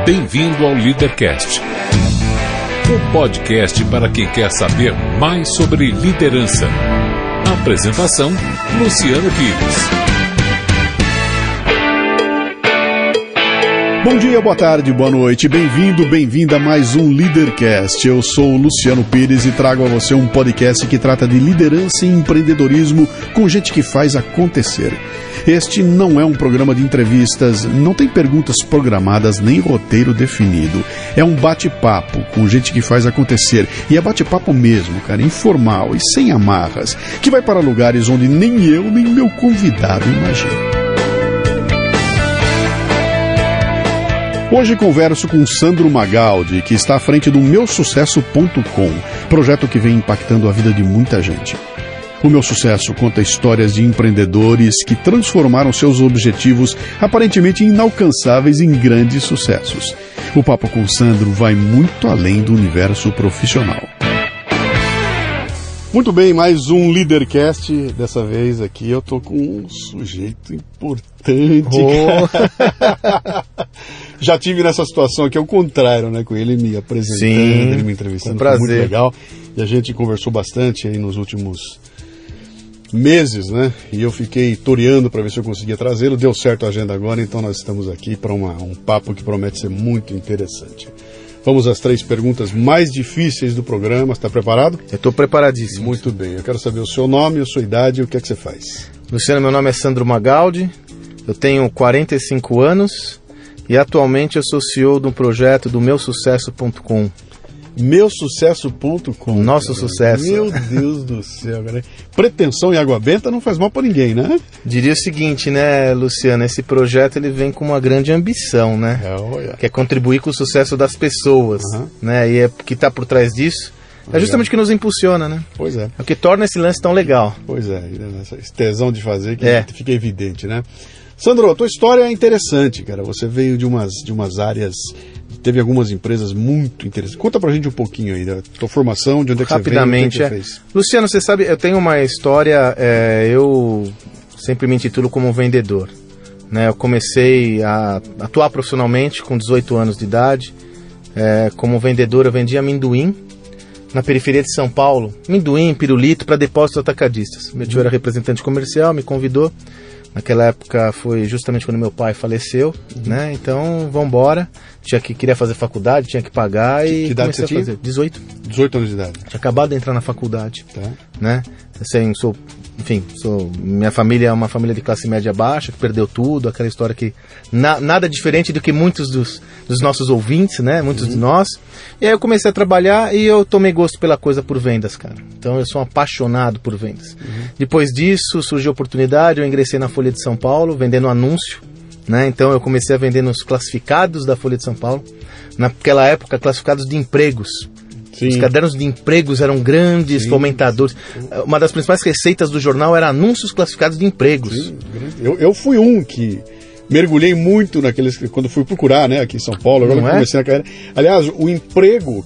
Bem-vindo ao Leadercast, um podcast para quem quer saber mais sobre liderança. Apresentação, Luciano Pires. Bom dia, boa tarde, boa noite, bem-vindo, bem-vinda a mais um Leadercast. Eu sou o Luciano Pires e trago a você um podcast que trata de liderança e empreendedorismo com gente que faz acontecer. Este não é um programa de entrevistas, não tem perguntas programadas nem roteiro definido. É um bate-papo com gente que faz acontecer. E é bate-papo mesmo, cara, informal e sem amarras, que vai para lugares onde nem eu nem meu convidado imaginam. Hoje converso com Sandro Magaldi, que está à frente do meusucesso.com, projeto que vem impactando a vida de muita gente. O Meu Sucesso conta histórias de empreendedores que transformaram seus objetivos aparentemente inalcançáveis em grandes sucessos. O papo com Sandro vai muito além do universo profissional. Muito bem, mais um Leadercast. Dessa vez aqui eu tô com um sujeito importante. Já tive nessa situação aqui, ao contrário, né? Com ele me apresentando, ele me entrevistando, foi muito legal. E a gente conversou bastante aí nos últimos meses, né? E eu fiquei toreando para ver se eu conseguia trazê-lo. Deu certo a agenda agora, então nós estamos aqui para um papo que promete ser muito interessante. Vamos às 3 perguntas mais difíceis do programa. Está preparado? Eu estou preparadíssimo. Muito bem. Eu quero saber o seu nome, a sua idade e o que é que você faz. Luciano, meu nome é Sandro Magaldi, eu tenho 45 anos e atualmente eu sou CEO de um projeto do meusucesso.com. Meusucesso.com. Nosso cara. Sucesso. Meu Deus do céu, cara. Pretensão e água benta não faz mal para ninguém, né? Diria o seguinte, né, Luciano, esse projeto ele vem com uma grande ambição, né? Que é contribuir com o sucesso das pessoas, né? E é o que está por trás disso. É justamente o que nos impulsiona, né? Pois é. É o que torna esse lance tão legal. Pois é, esse tesão de fazer que fica evidente, né? Sandro, a tua história é interessante, cara. Você veio de umas áreas, teve algumas empresas muito interessantes. Conta pra gente um pouquinho aí da tua formação, de onde é que você veio, o que é que você fez. Luciano, você sabe, eu tenho uma história, eu sempre me intitulo como vendedor, né? Eu comecei a atuar profissionalmente com 18 anos de idade. Como vendedor, eu vendia amendoim na periferia de São Paulo. Amendoim, pirulito para depósitos atacadistas. Meu tio era representante comercial, me convidou. Naquela época foi justamente quando meu pai faleceu, né? Então, vamos embora. Queria fazer faculdade, tinha que pagar e que idade comecei você a fazer. 18. 18 anos de idade. Tinha acabado de entrar na faculdade, tá, né? Assim, minha família é uma família de classe média baixa, que perdeu tudo, aquela história que nada diferente do que muitos dos nossos ouvintes, né? Muitos de nós. E aí eu comecei a trabalhar e eu tomei gosto pela coisa por vendas, cara. Então eu sou um apaixonado por vendas. Depois disso surgiu a oportunidade, eu ingressei na Folha de São Paulo, vendendo anúncio, né? Então eu comecei a vender nos classificados da Folha de São Paulo. Naquela época, classificados de empregos. Sim. Os cadernos de empregos eram grandes fomentadores. Uma das principais receitas do jornal era anúncios classificados de empregos. Sim. Eu fui um que mergulhei muito naqueles, quando fui procurar, né, aqui em São Paulo, agora comecei a carreira. Aliás, o emprego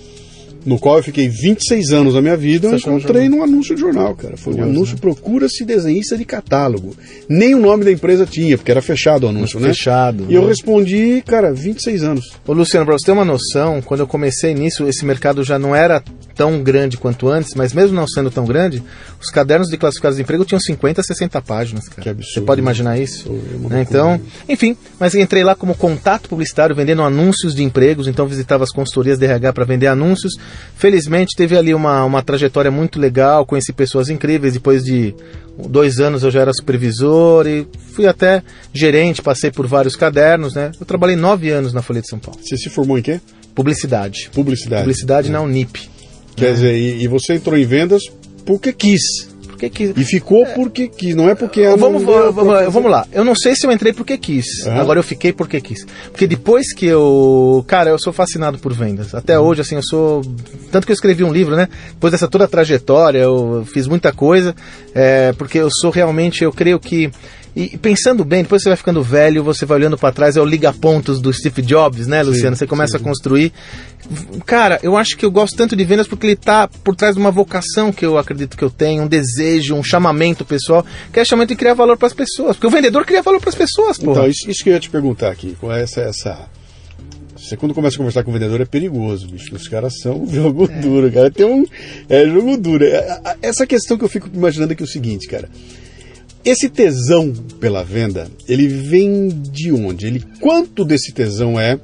no qual eu fiquei 26 anos da minha vida, eu encontrei num anúncio de jornal, cara. Foi um anúncio, procura-se desenhista de catálogo. Nem o nome da empresa tinha, porque era fechado o anúncio, né? Fechado. E eu respondi, cara, 26 anos. Ô Luciano, pra você ter uma noção, quando eu comecei nisso, esse mercado já não era tão grande quanto antes, mas mesmo não sendo tão grande, os cadernos de classificados de emprego tinham 50, 60 páginas, cara. Que absurdo. Você pode imaginar isso? Então, enfim, mas entrei lá como contato publicitário, vendendo anúncios de empregos, então visitava as consultorias de RH para vender anúncios. Felizmente teve ali uma trajetória muito legal, conheci pessoas incríveis. Depois de 2 anos eu já era supervisor e fui até gerente, passei por vários cadernos, né? Eu trabalhei 9 anos na Folha de São Paulo. Você se formou em quê? Publicidade. Publicidade na Unip. Quer dizer, e você entrou em vendas porque quis. E ficou porque quis, não é porque... Vamos lá, eu não sei se eu entrei porque quis, agora eu fiquei porque quis. Porque depois que eu sou fascinado por vendas, até hoje, assim, tanto que eu escrevi um livro, né, depois dessa toda trajetória, eu fiz muita coisa, porque eu sou realmente, eu creio que... E pensando bem, depois você vai ficando velho, você vai olhando para trás, é o liga-pontos do Steve Jobs, né, Luciano? Você começa a construir. Cara, eu acho que eu gosto tanto de vendas porque ele está por trás de uma vocação que eu acredito que eu tenho, um desejo, um chamamento pessoal, que é o chamamento de criar valor para as pessoas. Porque o vendedor cria valor para as pessoas, pô. Então, isso que eu ia te perguntar aqui, qual é essa Você quando começa a conversar com o vendedor é perigoso, bicho. Os caras são jogo duro, cara. Jogo duro. Essa questão que eu fico imaginando aqui é o seguinte, cara. Esse tesão pela venda, ele vem de onde? Quanto desse tesão é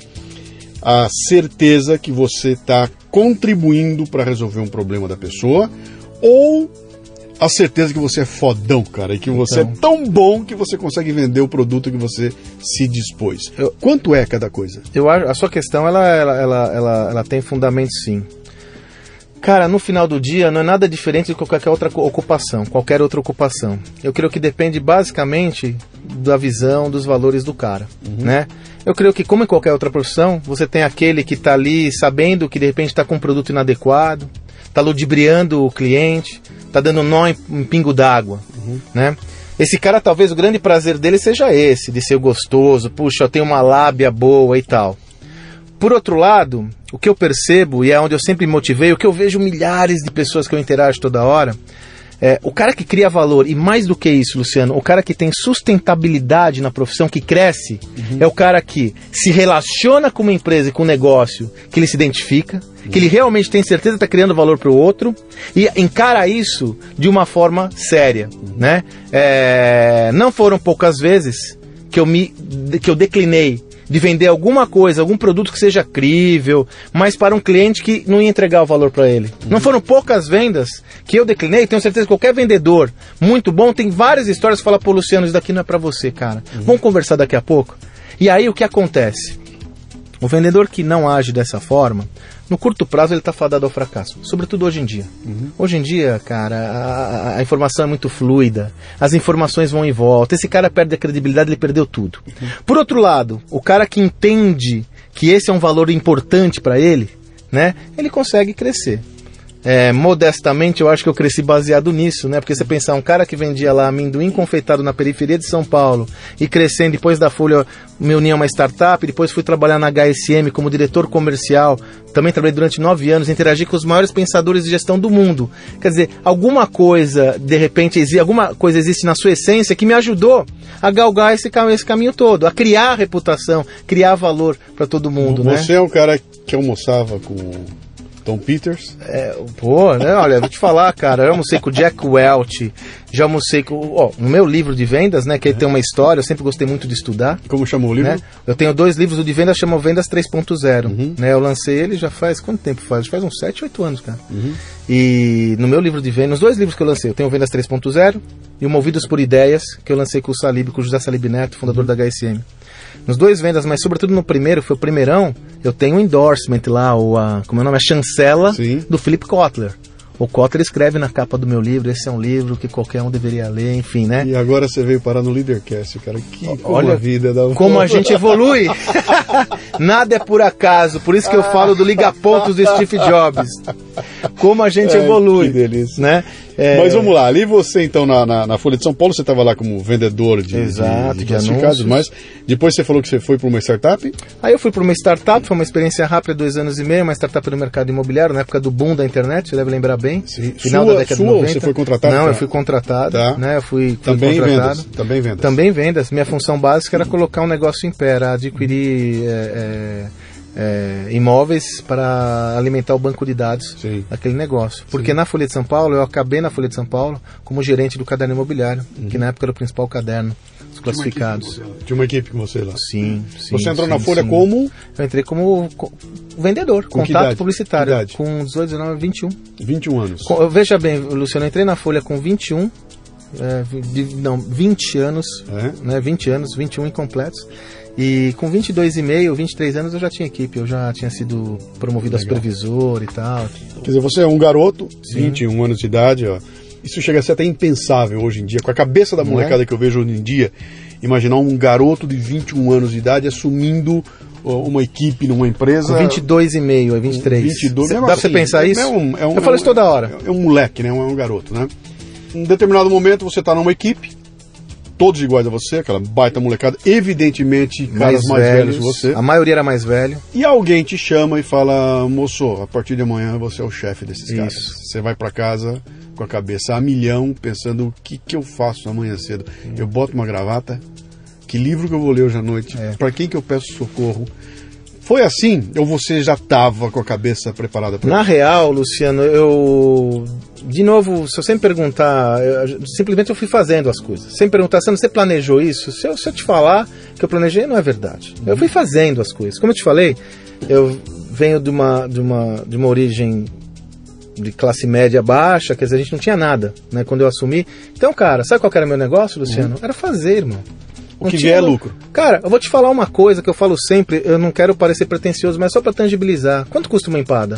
a certeza que você está contribuindo para resolver um problema da pessoa, ou a certeza que você é fodão, cara, e que você é tão bom que você consegue vender o produto que você se dispôs? Quanto é cada coisa? Eu acho, a sua questão, ela tem fundamento, sim. Cara, no final do dia não é nada diferente de qualquer outra ocupação. Eu creio que depende basicamente da visão, dos valores do cara, né? Eu creio que, como em qualquer outra profissão, você tem aquele que está ali sabendo que de repente está com um produto inadequado, está ludibriando o cliente, está dando nó em pingo d'água, né? Esse cara, talvez o grande prazer dele seja esse, de ser gostoso, puxa, eu tenho uma lábia boa e tal. Por outro lado, o que eu percebo, e é onde eu sempre me motivei, o que eu vejo milhares de pessoas que eu interajo toda hora, o cara que cria valor, e mais do que isso, Luciano, o cara que tem sustentabilidade na profissão, que cresce, é o cara que se relaciona com uma empresa e com um negócio, que ele se identifica, que ele realmente tem certeza que está criando valor para o outro, e encara isso de uma forma séria, né? Não foram poucas vezes que eu declinei de vender alguma coisa, algum produto que seja crível, mas para um cliente que não ia entregar o valor para ele. Não foram poucas vendas que eu declinei. Tenho certeza que qualquer vendedor muito bom tem várias histórias que fala, pô, Luciano, isso daqui não é para você, cara. Vamos conversar daqui a pouco? E aí o que acontece? O vendedor que não age dessa forma, no curto prazo ele está fadado ao fracasso, sobretudo hoje em dia. Hoje em dia, cara, a informação é muito fluida, as informações vão e voltam, esse cara perde a credibilidade, ele perdeu tudo. Por outro lado, o cara que entende que esse é um valor importante para ele, né, ele consegue crescer. Modestamente, eu acho que eu cresci baseado nisso, né? Porque você pensar, um cara que vendia lá amendoim confeitado na periferia de São Paulo e crescendo, depois da Folha me uni a uma startup, depois fui trabalhar na HSM como diretor comercial, também trabalhei durante 9 anos, interagi com os maiores pensadores de gestão do mundo. Quer dizer, alguma coisa, de repente, alguma coisa existe na sua essência que me ajudou a galgar esse caminho todo, a criar reputação, criar valor para todo mundo, né? Você é um cara que almoçava com Tom Peters? Né? Olha, vou te falar, cara, eu almocei com o Jack Welch, já almocei com... no meu livro de vendas, né, que tem uma história, eu sempre gostei muito de estudar. Como chamou o livro? Né? Eu tenho 2 livros, o de vendas chama Vendas 3.0. Né? Eu lancei ele já faz... Quanto tempo faz? Faz uns 7, 8 anos, cara. E no meu livro de vendas, nos 2 livros que eu lancei, eu tenho o Vendas 3.0 e o Movidos por Ideias, que eu lancei com o Salib, com o José Salib Neto, fundador da HSM. Nos 2 vendas, mas sobretudo no primeiro, foi o primeirão, eu tenho um endorsement lá, como é o nome? A chancela do Philip Kotler. O Kotler escreve na capa do meu livro, esse é um livro que qualquer um deveria ler, enfim, né? E agora você veio parar no Leadercast, cara. Olha a vida da... Como a gente evolui! Nada é por acaso, por isso que eu falo do liga-pontos do Steve Jobs. Como a gente evolui. Que delícia. Né? Mas vamos lá, ali você então na Folha de São Paulo, você estava lá como vendedor de classificados, mas depois você falou que você foi para uma startup? Aí eu fui para uma startup, foi uma experiência rápida, 2 anos e meio, uma startup no mercado imobiliário, na época do boom da internet, você deve lembrar bem. Sim. Final da década de 90. Você foi contratado? Não, eu fui contratado. Tá. Né, eu fui também contratado. Vendas? Também vendas. Minha função básica era colocar um negócio em pé, era adquirir imóveis para alimentar o banco de dados daquele negócio. Porque na Folha de São Paulo, eu acabei na Folha de São Paulo como gerente do caderno imobiliário, que na época era o principal caderno dos classificados. Tinha uma equipe com você lá? Sim. Você entrou na Folha como? Eu entrei como vendedor, contato publicitário. Que idade? Com 18, 19, 21. 21 anos. Veja bem, Luciano, eu entrei na Folha com 21, 20 anos, né, 20 anos, 21 incompletos. E com 22,5, 23 anos eu já tinha equipe, eu já tinha sido promovido a supervisor e tal. Quer dizer, você é um garoto, 21 anos de idade, ó. Isso chega a ser até impensável hoje em dia, com a cabeça da molecada que eu vejo hoje em dia, imaginar um garoto de 21 anos de idade assumindo uma equipe numa empresa... Com 22,5, 23. 22, dá pra você pensar isso? Eu falo isso toda hora. É um moleque, né? É um garoto, né? Em determinado momento você está numa equipe, todos iguais a você, aquela baita molecada, evidentemente caras mais velhos que você. A maioria era mais velho. E alguém te chama e fala, moço, a partir de amanhã você é o chefe desses caras. Você vai para casa com a cabeça a milhão, pensando o que eu faço amanhã cedo. Eu boto uma gravata, que livro que eu vou ler hoje à noite, para quem que eu peço socorro. Foi assim? Ou você já estava com a cabeça preparada para isso? Na real, Luciano, de novo, se eu sempre perguntar, simplesmente eu fui fazendo as coisas. Sem perguntar, você planejou isso? Se eu te falar que eu planejei, não é verdade. Eu fui fazendo as coisas. Como eu te falei, eu venho de uma origem de classe média baixa, quer dizer, a gente não tinha nada, né, quando eu assumi. Então, cara, sabe qual era o meu negócio, Luciano? Era fazer, irmão. O que vier é lucro. Cara, eu vou te falar uma coisa que eu falo sempre, eu não quero parecer pretencioso, mas só pra tangibilizar. Quanto custa uma empada?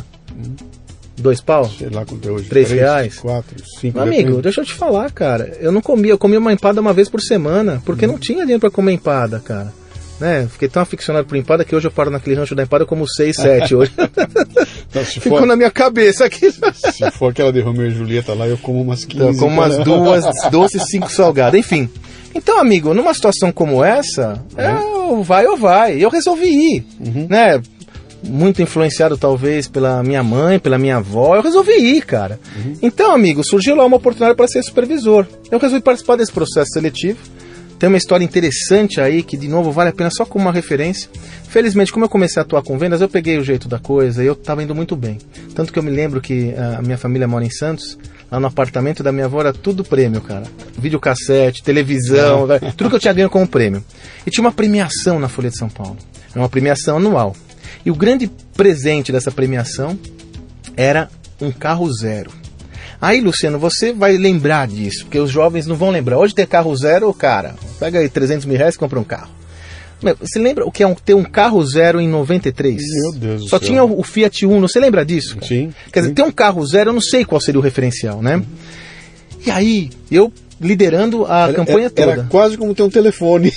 2 pau? Sei lá quanto é hoje. 3 reais? 4, 5. Amigo, depende. deixa eu te falar, cara. Eu comia uma empada uma vez por semana, porque não tinha dinheiro pra comer empada, cara. Né? Fiquei tão aficionado por empada que hoje eu paro naquele rancho da empada como 6, 7 hoje. Então, Ficou na minha cabeça aqui. Se for aquela de Romeu e Julieta lá, eu como umas 15. Eu como umas 2 doces e 5 salgadas. Enfim. Então, amigo, numa situação como essa, vai ou vai. Eu resolvi ir, né? Muito influenciado talvez pela minha mãe, pela minha avó, eu resolvi ir, cara. Então, amigo, surgiu lá uma oportunidade para ser supervisor. Eu resolvi participar desse processo seletivo. Tem uma história interessante aí que, de novo, vale a pena só como uma referência. Felizmente, como eu comecei a atuar com vendas, eu peguei o jeito da coisa e eu estava indo muito bem. Tanto que eu me lembro que a minha família mora em Santos. Lá no apartamento da minha avó era tudo prêmio, cara. Videocassete, televisão, tudo que eu tinha ganho como prêmio. E tinha uma premiação na Folha de São Paulo. Era uma premiação anual. E o grande presente dessa premiação era um carro zero. Aí, Luciano, você vai lembrar disso, porque os jovens não vão lembrar. Hoje ter carro zero, cara, pega aí 300 mil reais e compra um carro. Você lembra o que é ter um carro zero em 93? Meu Deus do Só céu. Tinha o Fiat Uno, você lembra disso? Cara? Sim. Quer dizer, ter um carro zero, eu não sei qual seria o referencial, né? E aí, eu liderando a campanha toda. Era quase como ter um telefone.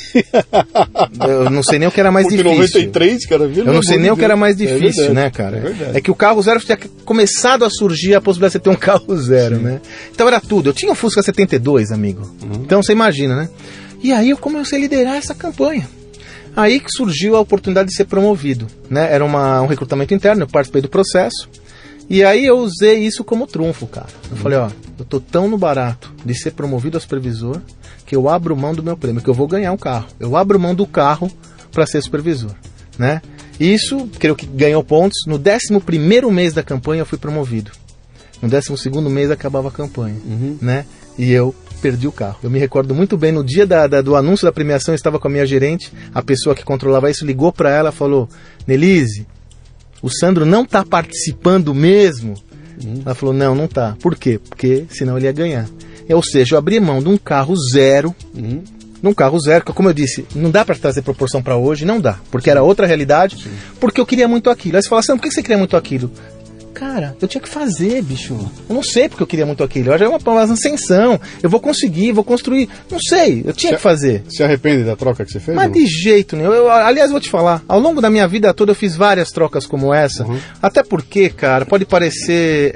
Eu não sei nem o que era mais Porque difícil. 93, cara, viu? Eu não sei nem o que era mais É difícil, verdade, né, cara? é verdade. É que o carro zero tinha começado a surgir a possibilidade de você ter um carro zero, né? Então era tudo. Eu tinha um Fusca 72, amigo. Então você imagina, né? E aí eu comecei a liderar essa campanha. Aí que surgiu a oportunidade de ser promovido, né? Era um recrutamento interno, eu participei do processo. E aí eu usei isso como trunfo, cara. Eu falei, ó, eu tô tão no barato de ser promovido a supervisor que eu abro mão do meu prêmio, que eu vou ganhar um carro. Eu abro mão do carro para ser supervisor, né? Isso, creio que ganhou pontos. No 11º mês da campanha eu fui promovido. No 12º mês acabava a campanha, né? E eu perdi o carro. Eu me recordo muito bem, no dia do anúncio da premiação, eu estava com a minha gerente, a pessoa que controlava isso ligou para ela e falou, Nelise, o Sandro não está participando mesmo? Ela falou, não tá. Por quê? Porque senão ele ia ganhar. Ou seja, eu abri mão de um carro zero, num carro zero, que como eu disse, não dá para trazer proporção para hoje, não dá, porque era outra realidade, porque eu queria muito aquilo. Aí você fala assim, por que você queria muito aquilo? Cara, eu tinha que fazer, bicho. Eu não sei porque eu queria muito aquilo. Eu já é uma ascensão. Eu vou conseguir, vou construir. Não sei, eu tinha que fazer. Se arrepende da troca que você fez? Mas de jeito nenhum. Aliás, vou te falar. Ao longo da minha vida toda eu fiz várias trocas como essa. Até porque, cara, pode parecer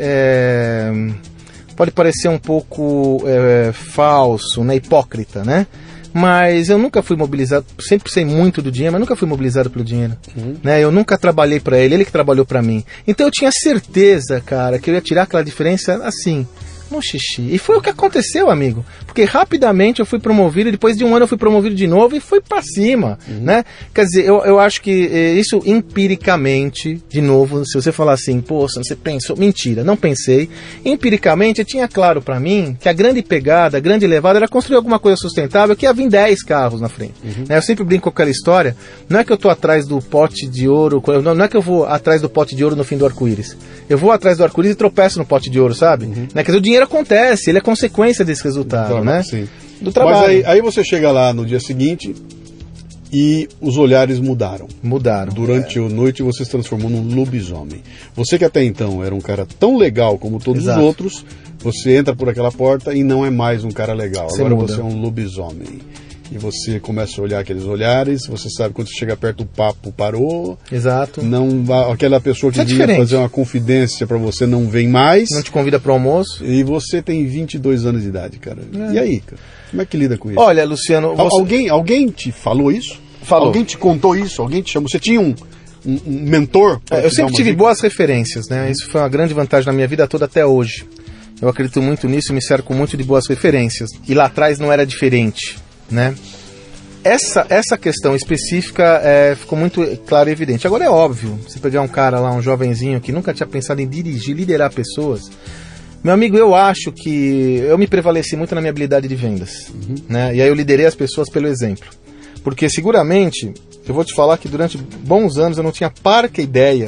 um pouco falso, né? Hipócrita, né? Mas eu nunca fui mobilizado, sempre sei muito do dinheiro, mas nunca fui mobilizado pelo dinheiro. Né? Eu nunca trabalhei para ele que trabalhou para mim. Então eu tinha certeza, cara, que eu ia tirar aquela diferença assim, no xixi. E foi o que aconteceu, amigo. Porque rapidamente eu fui promovido, depois de um ano eu fui promovido de novo e fui para cima, né? Quer dizer, eu acho que isso empiricamente, de novo, se você falar assim, poxa, você pensou, mentira, não pensei. Empiricamente, tinha claro para mim que a grande pegada, a grande levada era construir alguma coisa sustentável que ia vir 10 carros na frente. Né? Eu sempre brinco com aquela história, não é que eu tô atrás do pote de ouro, não é que eu vou atrás do pote de ouro no fim do arco-íris. Eu vou atrás do arco-íris e tropeço no pote de ouro, sabe? Né? Quer dizer, o dinheiro acontece, ele é consequência desse resultado, né? Sim. Do trabalho. Mas aí você chega lá no dia seguinte e os olhares mudaram. Mudaram. Durante a noite você se transformou num lobisomem. Você que até então era um cara tão legal como todos Exato. os outros, você entra por aquela porta e não é mais um cara legal. Você Agora muda. você é um lobisomem. E você começa a olhar aqueles olhares, você sabe quando você chega perto o papo parou. Exato. Não, aquela pessoa que Isso é vinha diferente. fazer uma confidência pra você não vem mais. Não te convida para o almoço. E você tem 22 anos de idade, cara. E aí, cara? Como é que lida com isso? Olha, Luciano, você... Alguém te falou isso? Falou. Alguém te contou isso? Alguém te chamou? Você tinha um mentor? pra Eu te dar sempre uma tive dica? boas referências, né? Isso foi uma grande vantagem na minha vida toda até hoje. Eu acredito muito nisso e me cerco muito de boas referências. E lá atrás não era diferente, né? essa questão específica ficou muito clara e evidente. Agora é óbvio, você pegar um cara lá, um jovenzinho que nunca tinha pensado em dirigir, liderar pessoas. Meu amigo, eu acho que eu me prevaleci muito na minha habilidade de vendas, né? E aí eu liderei as pessoas pelo exemplo. Porque seguramente, eu vou te falar que durante bons anos eu não tinha parca ideia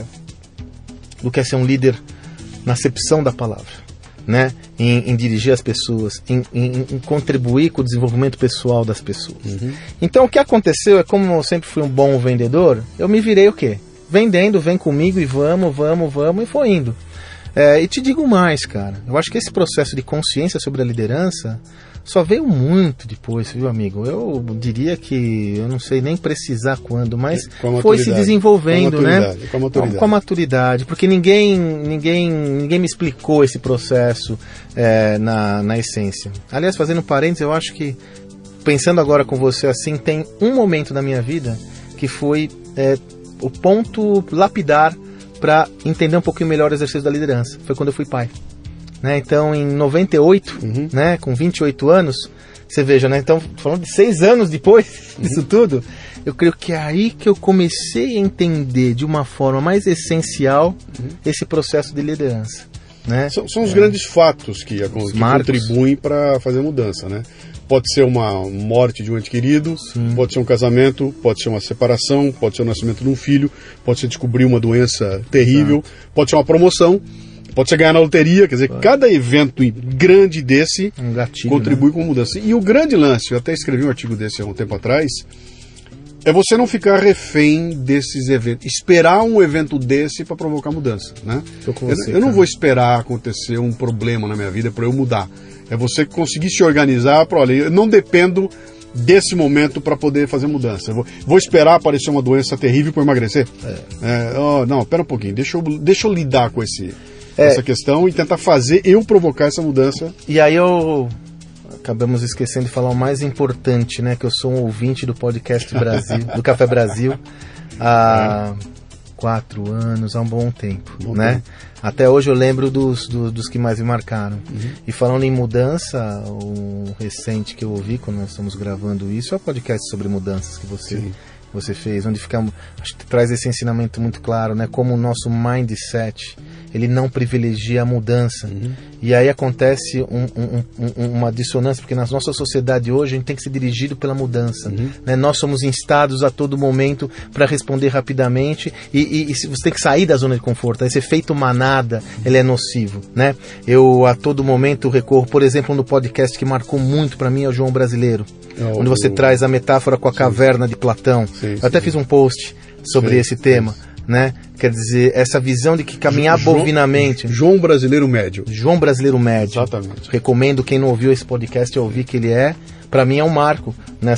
do que é ser um líder na acepção da palavra, né? Em dirigir as pessoas, em contribuir com o desenvolvimento pessoal das pessoas. Então o que aconteceu é, como eu sempre fui um bom vendedor, eu me virei o quê? Vendendo, vem comigo e vamos, e foi indo. E te digo mais, cara, eu acho que esse processo de consciência sobre a liderança só veio muito depois, viu, amigo? Eu diria que, eu não sei nem precisar quando, mas foi se desenvolvendo, né? Com a maturidade, porque ninguém me explicou esse processo na essência. Aliás, fazendo parênteses, eu acho que, pensando agora com você assim, tem um momento da minha vida que foi o ponto lapidar para entender um pouquinho melhor o exercício da liderança. Foi quando eu fui pai. Né? Então, em 98, né, com 28 anos, você veja, né? Então, falando de 6 anos depois disso tudo, eu creio que é aí que eu comecei a entender de uma forma mais essencial esse processo de liderança. Né? São os grandes fatos que contribuem para fazer mudança, né? Pode ser uma morte de um ente querido, pode ser um casamento, pode ser uma separação, pode ser o nascimento de um filho, pode ser descobrir uma doença terrível, pode ser uma promoção, pode ser ganhar na loteria. Quer dizer, cada evento grande desse contribui, né, com mudança. E o grande lance, eu até escrevi um artigo desse há um tempo atrás, é você não ficar refém desses eventos, esperar um evento desse para provocar mudança, né? Eu não vou esperar acontecer um problema na minha vida para eu mudar. É você conseguir se organizar para, olha, eu não dependo desse momento para poder fazer mudança. Eu vou esperar aparecer uma doença terrível para emagrecer? Não, pera um pouquinho, deixa eu lidar com essa questão e tentar provocar essa mudança. E aí acabamos esquecendo de falar o mais importante, né? Que eu sou um ouvinte do podcast Brasil, do Café Brasil, há 4 anos, há um bom tempo, né? Até hoje eu lembro dos que mais me marcaram. E falando em mudança, o recente que eu ouvi quando nós estamos gravando isso é o podcast sobre mudanças que você fez, onde acho que traz esse ensinamento muito claro, né? Como o nosso mindset, ele não privilegia a mudança. E aí acontece uma dissonância, porque na nossa sociedade hoje a gente tem que ser dirigido pela mudança. Né? Nós somos instados a todo momento para responder rapidamente e você tem que sair da zona de conforto. Esse efeito manada, ele é nocivo. Né? Eu a todo momento recorro, por exemplo, no podcast que marcou muito para mim é o João Brasileiro, onde você traz a metáfora com a caverna de Platão. Eu até fiz um post sobre esse tema. Né? Quer dizer, essa visão de que caminhar bovinamente. João Brasileiro Médio. João Brasileiro Médio. Exatamente. Recomendo quem não ouviu esse podcast a ouvir, que ele para mim é um marco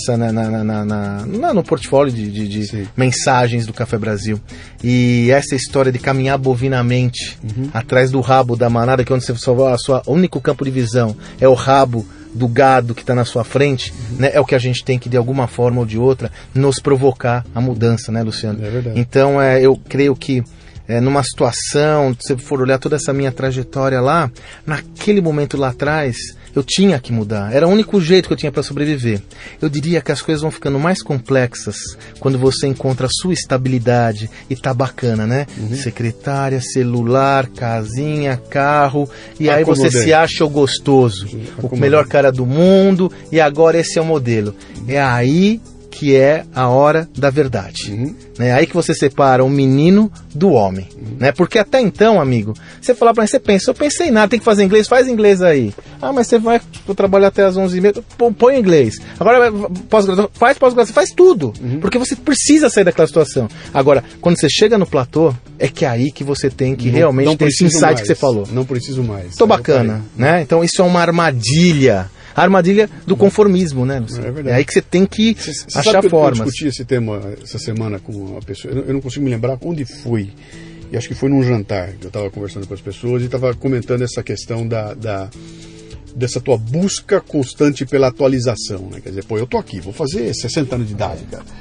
no portfólio de mensagens do Café Brasil. E essa história de caminhar bovinamente atrás do rabo da manada, que é onde você só vai, o único campo de visão é o rabo do gado que está na sua frente, né, é o que a gente tem que, de alguma forma ou de outra, nos provocar a mudança, né, Luciano? É verdade. Então, eu creio que numa situação, se você for olhar toda essa minha trajetória lá, naquele momento lá atrás, eu tinha que mudar. Era o único jeito que eu tinha para sobreviver. Eu diria que as coisas vão ficando mais complexas quando você encontra a sua estabilidade e tá bacana, né? Secretária, celular, casinha, carro, e aí você se acha o gostoso, o melhor cara do mundo, e agora esse é o modelo. É aí que é a hora da verdade. É aí que você separa o menino do homem. Né? Porque até então, amigo, você fala pra mim, você pensa, eu pensei em nada, tem que fazer inglês, faz inglês aí. Ah, mas você vai trabalhar até as 11h30, põe inglês. Agora, pós-graduação, faz tudo. Porque você precisa sair daquela situação. Agora, quando você chega no platô, é que é aí que você tem que realmente ter esse insight que você falou. Não preciso mais. Tô bacana, né? Então isso é uma armadilha. A armadilha do conformismo, né? É aí que você tem que achar formas. Eu discuti esse tema essa semana com uma pessoa, eu não consigo me lembrar onde foi, e acho que foi num jantar, que eu estava conversando com as pessoas e estava comentando essa questão dessa tua busca constante pela atualização, né? Quer dizer, eu tô aqui, vou fazer 60 anos de idade, cara.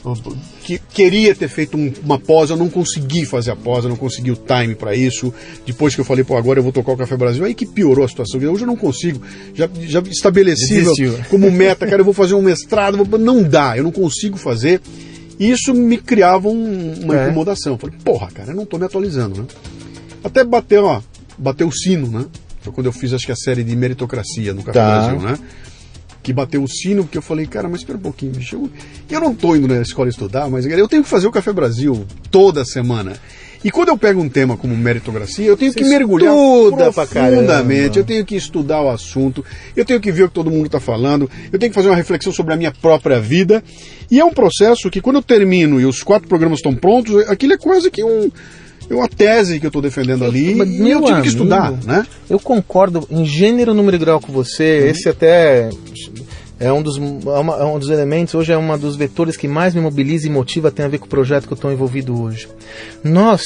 que queria ter feito uma pós, eu não consegui fazer a pós, eu não consegui o time para isso. Depois que eu falei, agora eu vou tocar o Café Brasil, aí que piorou a situação. Hoje eu não consigo, já estabeleci como meta, cara, eu vou fazer um mestrado, não dá, eu não consigo fazer. E isso me criava uma incomodação. Falei, cara, eu não tô me atualizando, né? Até bateu o sino, né? Foi quando eu fiz, acho que a série de meritocracia no Café Brasil, né? Que bateu o sino, porque eu falei, cara, mas espera um pouquinho, bicho, eu não tô indo na escola estudar, mas eu tenho que fazer o Café Brasil toda semana. E quando eu pego um tema como meritocracia, eu tenho que mergulhar profundamente, eu tenho que estudar o assunto, eu tenho que ver o que todo mundo está falando, eu tenho que fazer uma reflexão sobre a minha própria vida. E é um processo que, quando eu termino e os 4 programas estão prontos, aquilo é quase que uma tese que eu estou defendendo ali, e eu tive que estudar, né? Eu concordo em gênero, número e grau com você. Esse até é um dos elementos, hoje é um dos vetores que mais me mobiliza e motiva, tem a ver com o projeto que eu estou envolvido hoje. Nós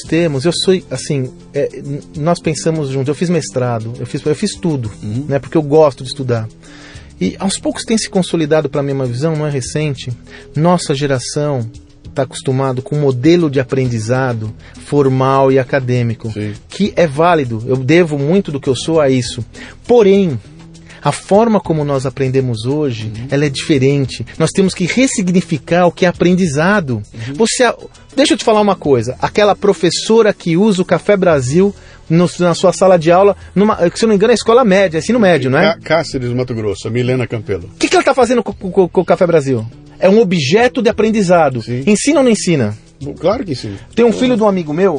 pensamos juntos, eu fiz mestrado, eu fiz tudo, né, porque eu gosto de estudar. E aos poucos tem se consolidado, para mim, uma visão, não é recente, nossa geração está acostumado com um modelo de aprendizado formal e acadêmico, que é válido, eu devo muito do que eu sou a isso. Porém, a forma como nós aprendemos hoje, ela é diferente. Nós temos que ressignificar o que é aprendizado. Deixa eu te falar uma coisa, aquela professora que usa o Café Brasil na sua sala de aula, se eu não me engano é escola média, ensino médio, não é? Cáceres, Mato Grosso, Milena Campelo. O que ela está fazendo com o Café Brasil? É um objeto de aprendizado. Ensina ou não ensina? Claro que sim. Tem um filho de um amigo meu,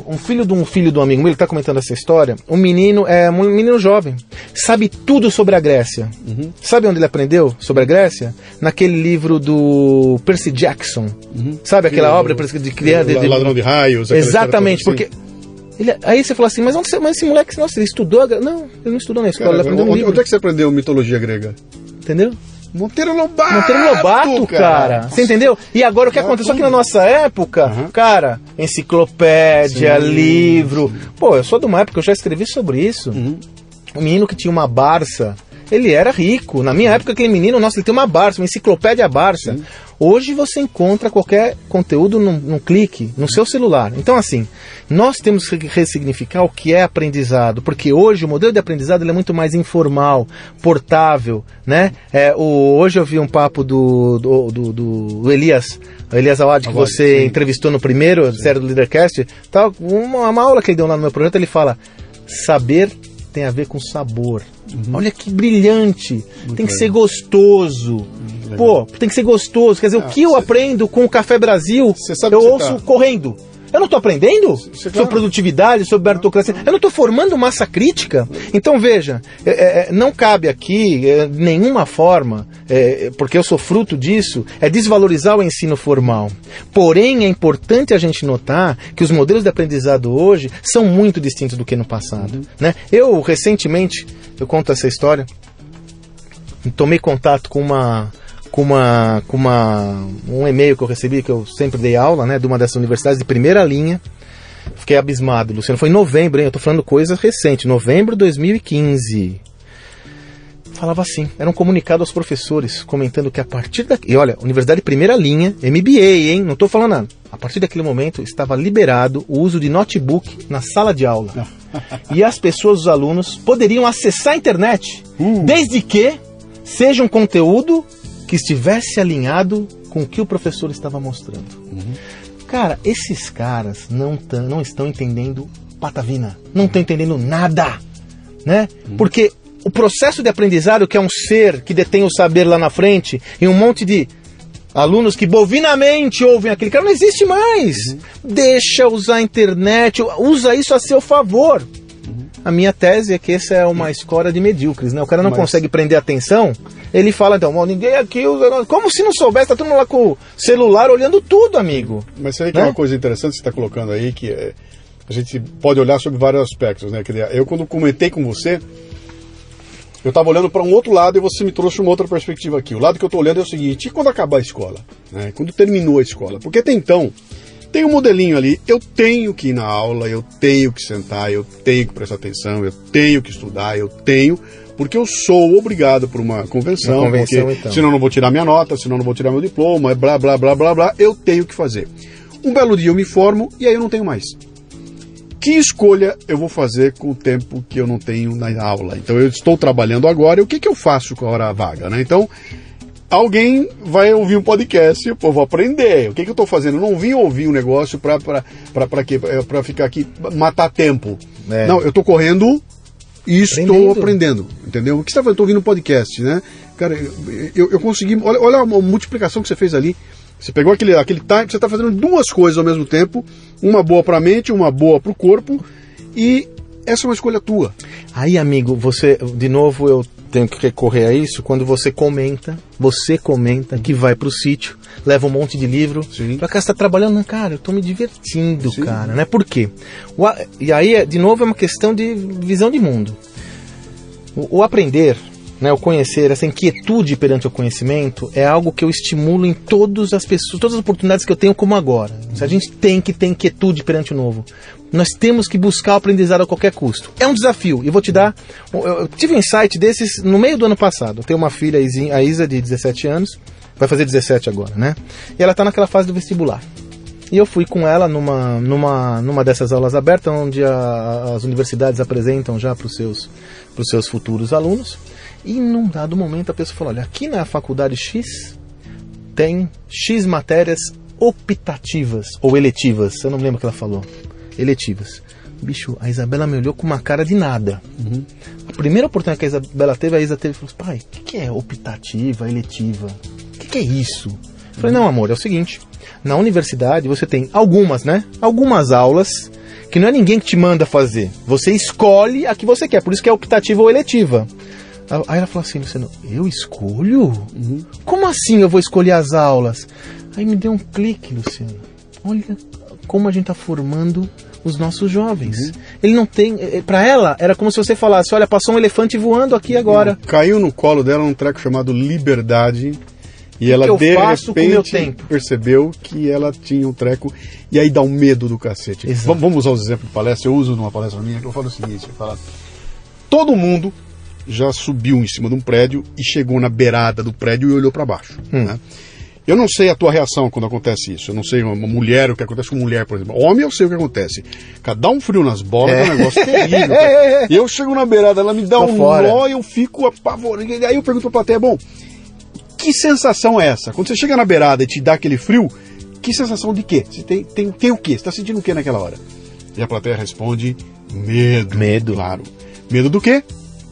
ele está comentando essa história. Um menino jovem, sabe tudo sobre a Grécia. Sabe onde ele aprendeu sobre a Grécia? Naquele livro do Percy Jackson. Sabe aquela obra de criança? Ladrão de Raios. Exatamente, porque... aí você fala assim, mas esse moleque, nossa, ele estudou? Não, ele não estudou na escola, ele aprendeu no livro. Onde é que você aprendeu mitologia grega? Entendeu? Monteiro Lobato, cara. Você entendeu? E agora o que aconteceu aqui na nossa época, cara, enciclopédia, livro. Eu sou de uma época que eu já escrevi sobre isso. Um menino que tinha uma Barça, ele era rico. Na minha época, aquele menino, ele tem uma Barça, uma enciclopédia Barça. Hoje você encontra qualquer conteúdo num clique, no seu celular. Então, assim, nós temos que ressignificar o que é aprendizado, porque hoje o modelo de aprendizado ele é muito mais informal, portável, né? Hoje eu vi um papo do Elias Awad, que você entrevistou no primeiro série do Leadercast. Uma aula que ele deu lá no meu projeto, ele fala, saber tem a ver com sabor. Olha que brilhante. Tem que ser gostoso. Tem que ser gostoso. Quer dizer, o que eu aprendo com o Café Brasil, eu ouço correndo. Eu não estou aprendendo sobre produtividade, sobre meritocracia. Eu não estou formando massa crítica. Então, veja, não cabe aqui nenhuma forma, porque eu sou fruto disso, desvalorizar o ensino formal. Porém, é importante a gente notar que os modelos de aprendizado hoje são muito distintos do que no passado. Né? Eu, recentemente, eu conto essa história, tomei contato com um e-mail que eu recebi, que eu sempre dei aula, né, de uma dessas universidades de primeira linha. Fiquei abismado, Luciano. Foi em novembro, hein? Eu tô falando coisa recente, novembro de 2015. Falava assim, era um comunicado aos professores, comentando que a partir daqui... E olha, universidade de primeira linha, MBA, hein? Não tô falando nada. A partir daquele momento, estava liberado o uso de notebook na sala de aula. E as pessoas, os alunos, poderiam acessar a internet, desde que seja um conteúdo que estivesse alinhado com o que o professor estava mostrando. Cara, esses caras não estão entendendo patavina, não estão entendendo nada, né? Porque o processo de aprendizado, que é um ser que detém o saber lá na frente, e um monte de alunos que bovinamente ouvem aquele cara, não existe mais. Deixa usar a internet, usa isso a seu favor. A minha tese é que essa é uma escola de medíocres, né? O cara não consegue prender atenção, ele fala, então, ninguém aqui usa... Como se não soubesse, tá todo mundo lá com o celular olhando tudo, amigo. Mas sabe que é uma coisa interessante que você está colocando aí, que a gente pode olhar sobre vários aspectos, né? Eu, quando comentei com você, eu estava olhando para um outro lado e você me trouxe uma outra perspectiva aqui. O lado que eu estou olhando é o seguinte, e quando acabar a escola? Né? Quando terminou a escola? Porque até então... Tem um modelinho ali, eu tenho que ir na aula, eu tenho que sentar, eu tenho que prestar atenção, eu tenho que estudar, Porque eu sou obrigado por uma convenção, porque então. senão eu não vou tirar minha nota, senão eu não vou tirar meu diploma, blá, blá, blá, blá, blá, eu tenho que fazer. Um belo dia eu me formo e aí eu não tenho mais. Que escolha eu vou fazer com o tempo que eu não tenho na aula? Então eu estou trabalhando agora e o que eu faço com a hora vaga, né? Então, alguém vai ouvir um podcast, pô, vou aprender. O que eu estou fazendo? Eu não vim ouvir um negócio para ficar aqui, matar tempo. Não, eu estou correndo e estou aprendendo, entendeu? O que você está fazendo? Estou ouvindo um podcast, né? Cara, eu consegui... Olha a multiplicação que você fez ali. Você pegou aquele time, você está fazendo duas coisas ao mesmo tempo, uma boa para a mente, uma boa para o corpo, e essa é uma escolha tua. Aí, amigo, você, de novo, eu tenho que recorrer a isso, quando você comenta que vai pro sítio, leva um monte de livro, pra cá você tá trabalhando, cara, eu tô me divertindo, sim, cara, né? Por quê? E aí, de novo, é uma questão de visão de mundo. O aprender, né, o conhecer, essa inquietude perante o conhecimento é algo que eu estimulo em todas as pessoas, todas as oportunidades que eu tenho como agora. A gente tem que ter inquietude perante o novo. Nós temos que buscar o aprendizado a qualquer custo. É um desafio. E vou te dar... Eu tive um insight desses no meio do ano passado. Eu tenho uma filha, a Isa, de 17 anos. Vai fazer 17 agora, né? E ela está naquela fase do vestibular. E eu fui com ela numa dessas aulas abertas, onde as universidades apresentam já para os seus futuros alunos. E num dado momento a pessoa falou, olha, aqui na faculdade X tem X matérias optativas ou eletivas. Eu não me lembro o que ela falou. Eletivas. Bicho, a Isabela me olhou com uma cara de nada. Uhum. A primeira oportunidade que a Isabela teve, e falou, pai, o que é optativa, eletiva? O que é isso? Eu falei, não, amor, é o seguinte, na universidade você tem algumas, né? Algumas aulas que não é ninguém que te manda fazer. Você escolhe a que você quer, por isso que é optativa ou eletiva. Aí ela falou assim, Luciano, eu escolho? Uhum. Como assim eu vou escolher as aulas? Aí me deu um clique, Luciano. Olha como a gente está formando os nossos jovens. Uhum. Ele não tem... Para ela, era como se você falasse, olha, passou um elefante voando aqui agora. Caiu no colo dela um treco chamado liberdade. E ela, de repente, percebeu que ela tinha um treco. E aí dá um medo do cacete. Vamos usar os exemplos de palestra. Eu uso numa palestra minha que eu falo o seguinte, todo mundo já subiu em cima de um prédio e chegou na beirada do prédio e olhou para baixo. Né? Eu não sei a tua reação quando acontece isso. Eu não sei uma mulher, o que acontece com mulher, por exemplo. Homem, eu sei o que acontece. Cara, dá um frio nas bolas, é um negócio terrível. E eu chego na beirada, ela me dá um nó e eu fico apavorado. Aí eu pergunto pra plateia, bom, que sensação é essa? Quando você chega na beirada e te dá aquele frio, que sensação de quê? Você tem o quê? Você tá sentindo o quê naquela hora? E a plateia responde, medo. Medo. Claro. Medo do quê?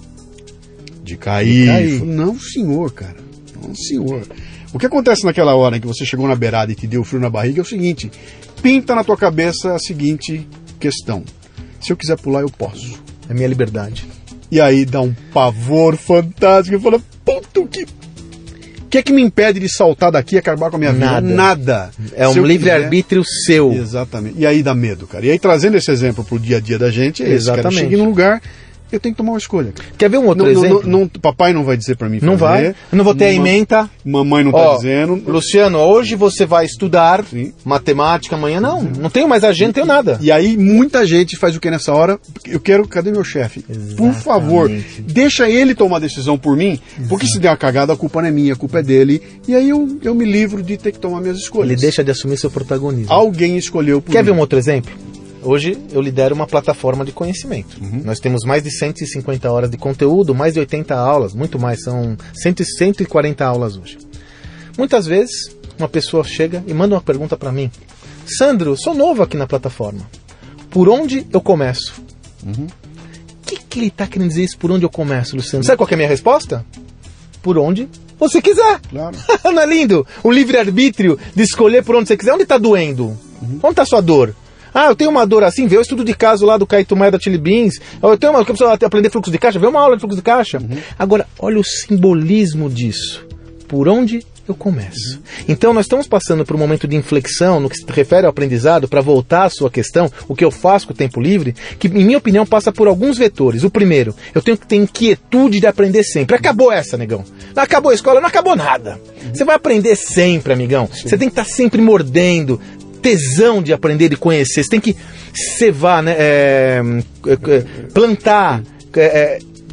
De cair. Não, senhor, cara. Não, senhor. O que acontece naquela hora em que você chegou na beirada e te deu frio na barriga é o seguinte, pinta na tua cabeça a seguinte questão. Se eu quiser pular, eu posso. É minha liberdade. E aí dá um pavor fantástico. Eu falo, puto que... O que é que me impede de saltar daqui e acabar com a minha vida? Nada. É um livre-arbítrio seu. Exatamente. E aí dá medo, cara. E aí trazendo esse exemplo pro dia a dia da gente, é esse, cara. Eu cheguei num lugar... Eu tenho que tomar uma escolha. Quer ver um outro exemplo? Papai não vai dizer pra mim fazer. Não vai. Eu não vou ter a ementa. Mamãe não tá dizendo. Luciano, hoje você vai estudar matemática, amanhã não. Não tenho mais agenda, não tenho nada. E aí muita gente faz o que nessa hora? Cadê meu chefe? Por favor, deixa ele tomar a decisão por mim, porque se der uma cagada, a culpa não é minha, a culpa é dele. E aí eu me livro de ter que tomar minhas escolhas. Ele deixa de assumir seu protagonismo. Alguém escolheu por mim. Quer ver um outro exemplo? Hoje eu lidero uma plataforma de conhecimento. Nós temos mais de 150 horas de conteúdo, mais de 80 aulas, muito mais, são 140 aulas hoje. Muitas vezes uma pessoa chega e manda uma pergunta para mim. Sandro, sou novo aqui na plataforma. Por onde eu começo? O que ele está querendo dizer isso, por onde eu começo, Luciano? Sabe qual que é a minha resposta? Por onde você quiser. Claro. Não é lindo? O livre-arbítrio de escolher por onde você quiser. Onde está doendo? Onde está a sua dor? Ah, eu tenho uma dor assim, vê o estudo de caso lá do Caíto Maia da Chili Beans. Eu preciso aprender fluxo de caixa, vê uma aula de fluxo de caixa. Agora, olha o simbolismo disso. Por onde eu começo? Então, nós estamos passando por um momento de inflexão no que se refere ao aprendizado, para voltar à sua questão, o que eu faço com o tempo livre, que, em minha opinião, passa por alguns vetores. O primeiro, eu tenho que ter inquietude de aprender sempre. Acabou essa, negão. Não acabou a escola, não acabou nada. Você vai aprender sempre, amigão. Você tem que estar sempre mordendo, tesão de aprender e conhecer. Você tem que cevar, né? Plantar,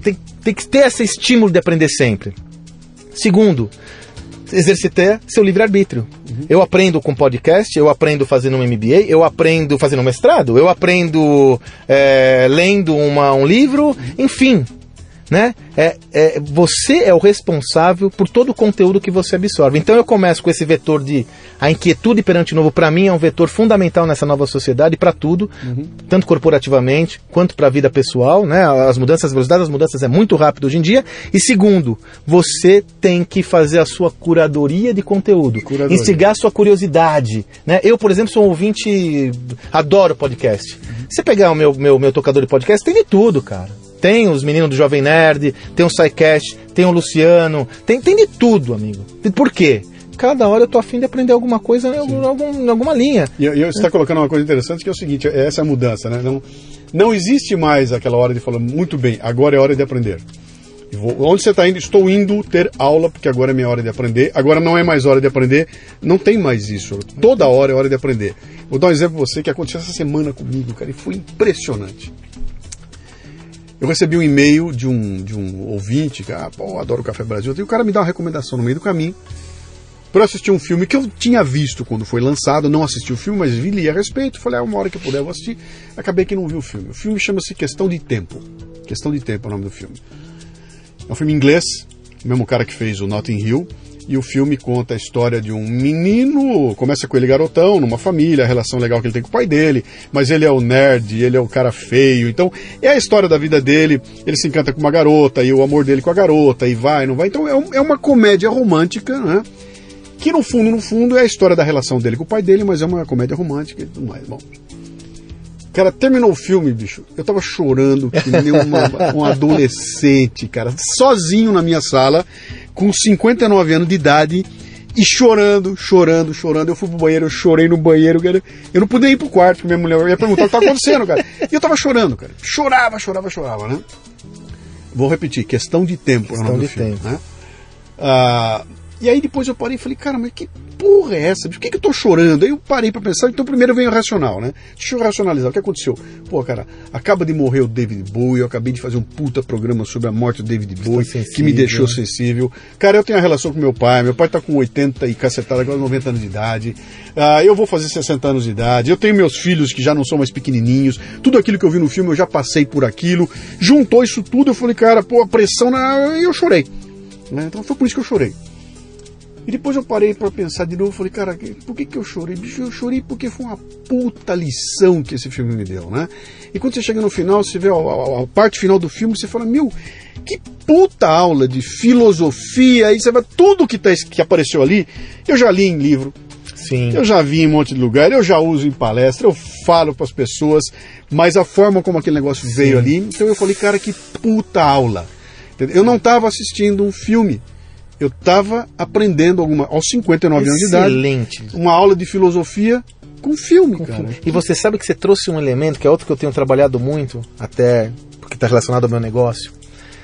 tem que ter esse estímulo de aprender sempre. Segundo, exercitar seu livre-arbítrio. Eu aprendo com podcast, eu aprendo fazendo um MBA, eu aprendo fazendo um mestrado, eu aprendo lendo um livro, enfim. Né? Você é o responsável por todo o conteúdo que você absorve. Então eu começo com esse vetor de a inquietude perante o novo. Para mim é um vetor fundamental nessa nova sociedade, para tudo, tanto corporativamente quanto para a vida pessoal, né? As mudanças, a velocidade das mudanças é muito rápida hoje em dia. E segundo, você tem que fazer a sua curadoria de conteúdo, instigar a sua curiosidade, né? Eu, por exemplo, sou um ouvinte, adoro podcast. Você pegar o meu tocador de podcast, tem de tudo, cara. Tem os meninos do Jovem Nerd, tem o SciCast, tem o Luciano, tem de tudo, amigo. Por quê? Cada hora eu tô afim de aprender alguma coisa em alguma linha. E você está colocando uma coisa interessante, que é o seguinte, essa é a mudança, né? Não existe mais aquela hora de falar, muito bem, agora é hora de aprender. Onde você está indo? Estou indo ter aula, porque agora é minha hora de aprender. Agora não é mais hora de aprender. Não tem mais isso. Toda hora é hora de aprender. Vou dar um exemplo para você que aconteceu essa semana comigo, cara, e foi impressionante. Eu recebi um e-mail de um ouvinte, que adoro o Café Brasil, e o cara me dá uma recomendação no meio do caminho para assistir um filme que eu tinha visto quando foi lançado, não assisti o filme, mas li a respeito, falei, uma hora que eu puder eu vou assistir, acabei que não vi o filme. O filme chama-se Questão de Tempo. Questão de Tempo é o nome do filme. É um filme inglês, o mesmo cara que fez o Notting Hill, e o filme conta a história de um menino, começa com ele garotão, numa família, a relação legal que ele tem com o pai dele, mas ele é o nerd, ele é o cara feio, então é a história da vida dele, ele se encanta com uma garota, e o amor dele com a garota, e vai, não vai, então é uma comédia romântica, né? Que no fundo é a história da relação dele com o pai dele, mas é uma comédia romântica e tudo mais, bom. Cara, terminou o filme, bicho, eu tava chorando que nem um adolescente, cara, sozinho na minha sala, com 59 anos de idade, e chorando. Eu fui pro banheiro, eu chorei no banheiro, cara. Eu não podia ir pro quarto, porque minha mulher ia perguntar o que tava acontecendo, cara. E eu tava chorando, cara. Chorava, né? Vou repetir, Questão de Tempo é o nome do filme, né? E aí depois eu parei e falei, cara, mas que porra é essa? Por que eu tô chorando? Aí eu parei pra pensar, então primeiro vem o racional, né? Deixa eu racionalizar, o que aconteceu? Pô, cara, acaba de morrer o David Bowie, eu acabei de fazer um puta programa sobre a morte do David Bowie, que me deixou sensível. Cara, eu tenho a relação com meu pai tá com 80 e cacetada, quase 90 anos de idade. Eu vou fazer 60 anos de idade, eu tenho meus filhos que já não são mais pequenininhos, tudo aquilo que eu vi no filme eu já passei por aquilo. Juntou isso tudo, eu falei, cara, pô, a pressão, e eu chorei. Né? Então foi por isso que eu chorei. E depois eu parei pra pensar de novo, falei, cara, por que eu chorei? Bicho, eu chorei porque foi uma puta lição que esse filme me deu, né? E quando você chega no final, você vê a parte final do filme, você fala, que puta aula de filosofia, aí você vai, tudo que apareceu ali, eu já li em livro, sim, eu já vi em um monte de lugar, eu já uso em palestra, eu falo pras pessoas, mas a forma como aquele negócio veio ali, então eu falei, cara, que puta aula. Entendeu? Eu não estava assistindo um filme, eu estava aprendendo aos 59 anos de idade, uma aula de filosofia com filme, cara. E você sabe que você trouxe um elemento, que é outro que eu tenho trabalhado muito, até porque está relacionado ao meu negócio.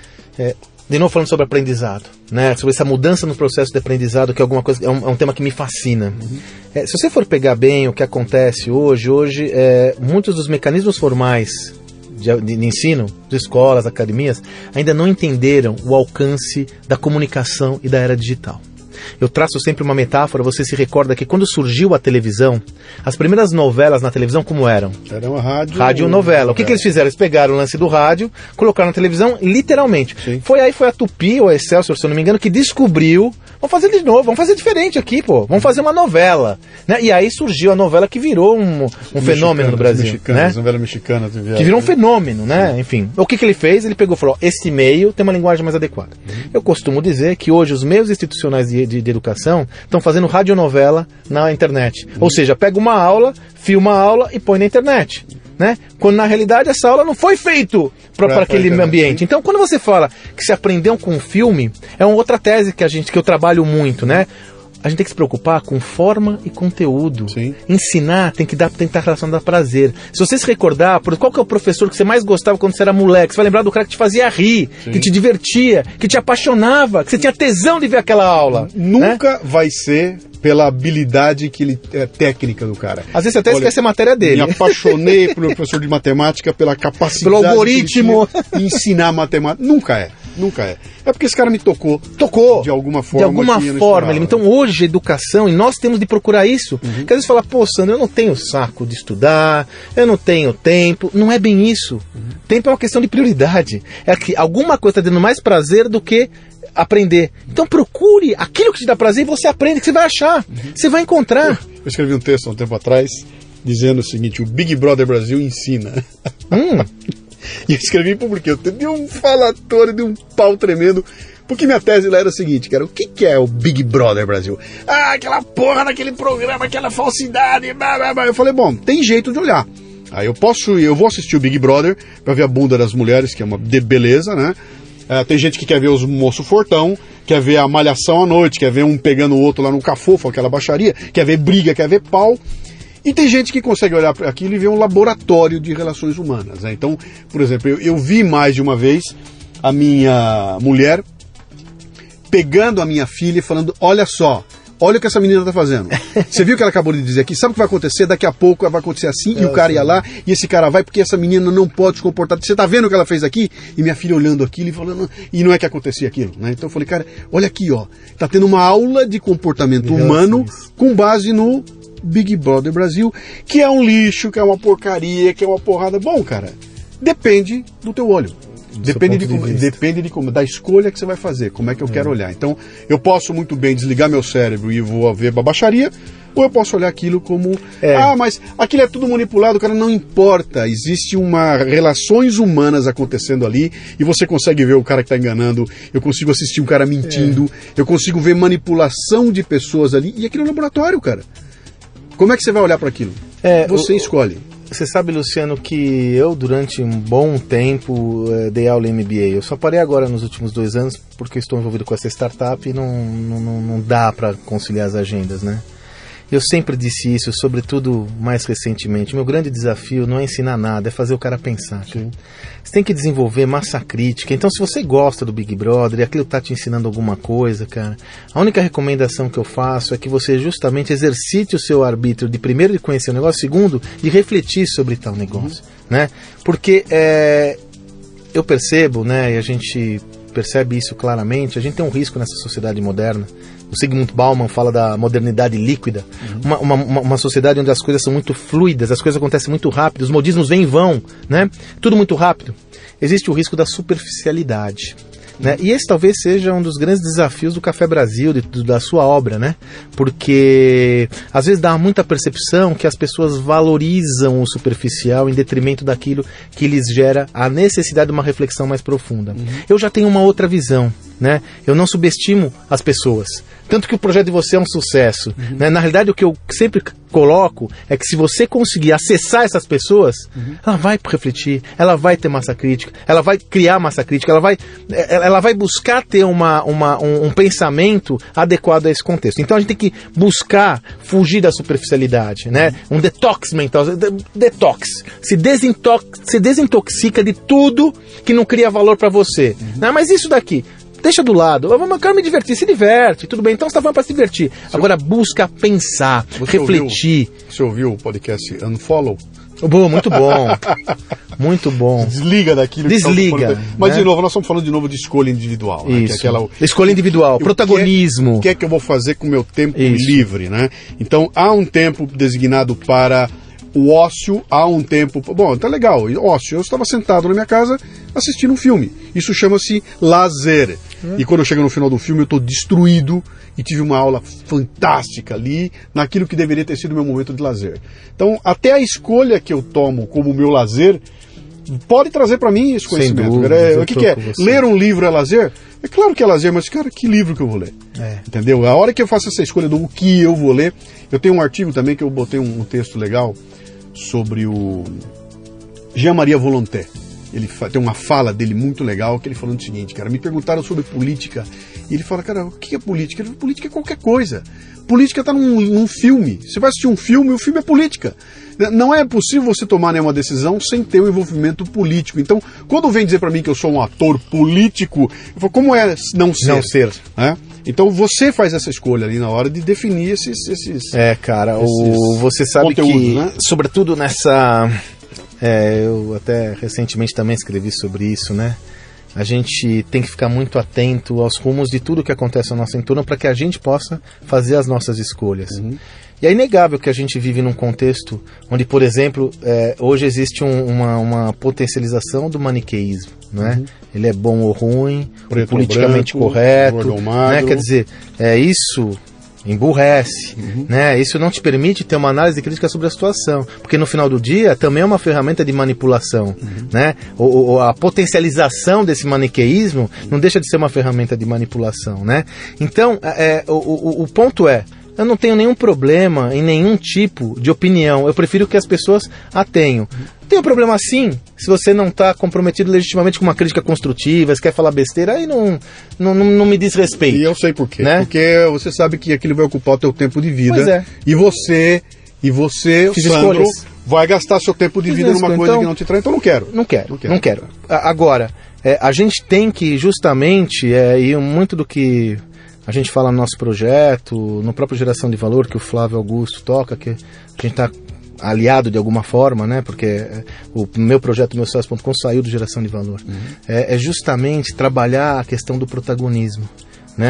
De novo falando sobre aprendizado, né? Sobre essa mudança no processo de aprendizado, que é alguma coisa, é um tema que me fascina. Se você for pegar bem o que acontece hoje muitos dos mecanismos formais de ensino, de escolas, academias, ainda não entenderam o alcance da comunicação e da era digital. Eu traço sempre uma metáfora, você se recorda que quando surgiu a televisão, as primeiras novelas na televisão como eram? Era uma rádio novela. O que eles fizeram? Eles pegaram o lance do rádio, colocaram na televisão, literalmente. Sim. Foi a Tupi ou a Excelsior, se eu não me engano, que descobriu, vamos fazer de novo, vamos fazer diferente aqui, pô, vamos fazer uma novela. Né? E aí surgiu a novela que virou um fenômeno no Brasil. Né? Novela mexicana. Que virou um fenômeno, né? Sim. Enfim, o que ele fez? Ele pegou e falou, esse meio tem uma linguagem mais adequada. Eu costumo dizer que hoje os meios institucionais de educação estão fazendo radionovela na internet. Ou seja, pega uma aula, filma a aula e põe na internet. Né? Quando na realidade essa aula não foi feita para aquele ambiente. Então quando você fala que se aprendeu com um filme, é uma outra tese que eu trabalho muito, né? a gente tem que se preocupar com forma e conteúdo. Sim. Ensinar tem que estar relacionado a prazer. Se você se recordar, qual que é o professor que você mais gostava quando você era moleque? Você vai lembrar do cara que te fazia rir, Sim. que te divertia, que te apaixonava, que você tinha tesão de ver aquela aula. Nunca vai ser pela habilidade técnica do cara. Às vezes você até esquece a matéria dele. Me apaixonei pelo professor de matemática, pela capacidade pelo algoritmo de ensinar matemática. Nunca é. É porque esse cara me tocou de alguma forma. De alguma forma. Então hoje, educação, e nós temos de procurar isso. Porque às vezes fala, pô, Sandro, eu não tenho saco de estudar, eu não tenho tempo. Não é bem isso. Tempo é uma questão de prioridade. É que alguma coisa está dando mais prazer do que aprender. Então procure aquilo que te dá prazer e você aprende, que você vai achar. Você vai encontrar. Eu escrevi um texto há um tempo atrás dizendo o seguinte: o Big Brother Brasil ensina. E eu escrevi e publiquei. Eu dei um falatório, de um pau tremendo. Porque minha tese lá era o seguinte, cara: o que é o Big Brother Brasil? Aquela porra daquele programa, aquela falsidade. Blá, blá, blá. Eu falei, bom, tem jeito de olhar. Aí eu vou assistir o Big Brother pra ver a bunda das mulheres, que é uma beleza, né? Tem gente que quer ver os moços fortão, quer ver a malhação à noite, quer ver um pegando o outro lá no cafofo, aquela baixaria, quer ver briga, quer ver pau. E tem gente que consegue olhar para aquilo e ver um laboratório de relações humanas, né? Então, por exemplo, eu vi mais de uma vez a minha mulher pegando a minha filha e falando: olha só, olha o que essa menina tá fazendo. Você viu o que ela acabou de dizer aqui? Sabe o que vai acontecer? Daqui a pouco vai acontecer assim, e o cara ia lá, e esse cara vai, porque essa menina não pode se comportar. Você tá vendo o que ela fez aqui? E minha filha olhando aquilo e falando, e não é que acontecia aquilo, né? Então eu falei, cara, olha aqui, ó, tá tendo uma aula de comportamento humano com base no Big Brother Brasil, que é um lixo, que é uma porcaria, que é uma porrada. Bom, cara, depende do teu olho. Depende da escolha que você vai fazer, como é que eu quero olhar. Então, eu posso muito bem desligar meu cérebro e vou ver baixaria, ou eu posso olhar aquilo como, mas aquilo é tudo manipulado, cara, não importa. Existe relações humanas acontecendo ali, e você consegue ver o cara que está enganando, eu consigo assistir um cara mentindo, eu consigo ver manipulação de pessoas ali, e aquilo é um laboratório, cara. Como é que você vai olhar para aquilo? Você escolhe. Você sabe, Luciano, que eu durante um bom tempo dei aula em MBA. Eu só parei agora nos últimos 2 anos porque estou envolvido com essa startup e não dá para conciliar as agendas, né? Eu sempre disse isso, sobretudo mais recentemente. Meu grande desafio não é ensinar nada, é fazer o cara pensar. Sim. Você tem que desenvolver massa crítica. Então, se você gosta do Big Brother e aquilo está te ensinando alguma coisa, cara, a única recomendação que eu faço é que você justamente exercite o seu arbítrio de, primeiro, de conhecer o negócio, segundo, de refletir sobre tal negócio, né? Porque eu percebo, né, e a gente percebe isso claramente, a gente tem um risco nessa sociedade moderna. O Zygmunt Bauman fala da modernidade líquida, uma sociedade onde as coisas são muito fluidas, as coisas acontecem muito rápido, os modismos vêm e vão, né? Tudo muito rápido. Existe o risco da superficialidade, né? E esse talvez seja um dos grandes desafios do Café Brasil, da sua obra, né? Porque às vezes dá muita percepção que as pessoas valorizam o superficial em detrimento daquilo que lhes gera a necessidade de uma reflexão mais profunda. Eu já tenho uma outra visão, né? Eu não subestimo as pessoas. Tanto que o projeto de você é um sucesso, né? Na realidade, o que eu sempre coloco é que se você conseguir acessar essas pessoas, ela vai refletir, ela vai ter massa crítica, ela vai criar massa crítica, ela vai buscar ter um pensamento adequado a esse contexto. Então a gente tem que buscar fugir da superficialidade, né? Um detox mental, detox, se desintoxica de tudo que não cria valor para você. Mas isso daqui, deixa do lado. Eu quero me divertir. Se diverte, tudo bem. Então você está falando para se divertir. Agora busca pensar, refletir. Você ouviu o podcast Unfollow? Bom, muito bom. Muito bom. Desliga daquilo. Desliga. Mas, né? De novo, nós estamos falando de novo de escolha individual. Né? Isso. Que é escolha individual, protagonismo. O que é que eu vou fazer com o meu tempo livre, né? Então, há um tempo designado para o ócio, há um tempo... Bom, tá legal, ócio. Eu estava sentado na minha casa assistindo um filme. Isso chama-se lazer. E quando eu chego no final do filme, eu estou destruído e tive uma aula fantástica ali, naquilo que deveria ter sido o meu momento de lazer. Então, até a escolha que eu tomo como meu lazer pode trazer para mim esse conhecimento. O que é? Ler um livro é lazer? É claro que é lazer, mas, cara, que livro que eu vou ler? Entendeu? A hora que eu faço essa escolha do que eu vou ler, eu tenho um artigo também que eu botei um texto legal sobre o Jean-Marie Volonté. tem uma fala dele muito legal, que ele falando o seguinte, cara, me perguntaram sobre política, e ele fala, cara, o que é política? Ele fala, política é qualquer coisa. Política está num filme. Você vai assistir um filme, o filme é política. Não é possível você tomar nenhuma decisão sem ter um envolvimento político. Então, quando vem dizer para mim que eu sou um ator político, eu falo, como é não ser? Não ser. Então, você faz essa escolha ali na hora de definir esses cara, você sabe que, né? Sobretudo nessa... eu até recentemente também escrevi sobre isso, né? A gente tem que ficar muito atento aos rumos de tudo que acontece no nosso entorno para que a gente possa fazer as nossas escolhas. E é inegável que a gente vive num contexto onde, por exemplo, hoje existe uma potencialização do maniqueísmo, né? Ele é bom ou ruim, preto politicamente branco, correto, né? Quer dizer, isso emburrece, né? Isso não te permite ter uma análise crítica sobre a situação, porque no final do dia também é uma ferramenta de manipulação, né? A potencialização desse maniqueísmo não deixa de ser uma ferramenta de manipulação, né? Então, o ponto eu não tenho nenhum problema em nenhum tipo de opinião. Eu prefiro que as pessoas a tenham. Tem um problema sim, se você não está comprometido legitimamente com uma crítica construtiva, se quer falar besteira, aí não me diz respeito. E eu sei por quê. Né? Porque você sabe que aquilo vai ocupar o teu tempo de vida. Pois é. E você, Sandro, vai gastar seu tempo de vida numa coisa que não te traz, então não quero. Não quero. Agora, a gente tem que justamente, e muito do que a gente fala no nosso projeto, no próprio Geração de Valor, que o Flávio Augusto toca, que a gente está aliado de alguma forma, né? Porque o meu projeto, meusócios.com, saiu do Geração de Valor. É justamente trabalhar a questão do protagonismo, né?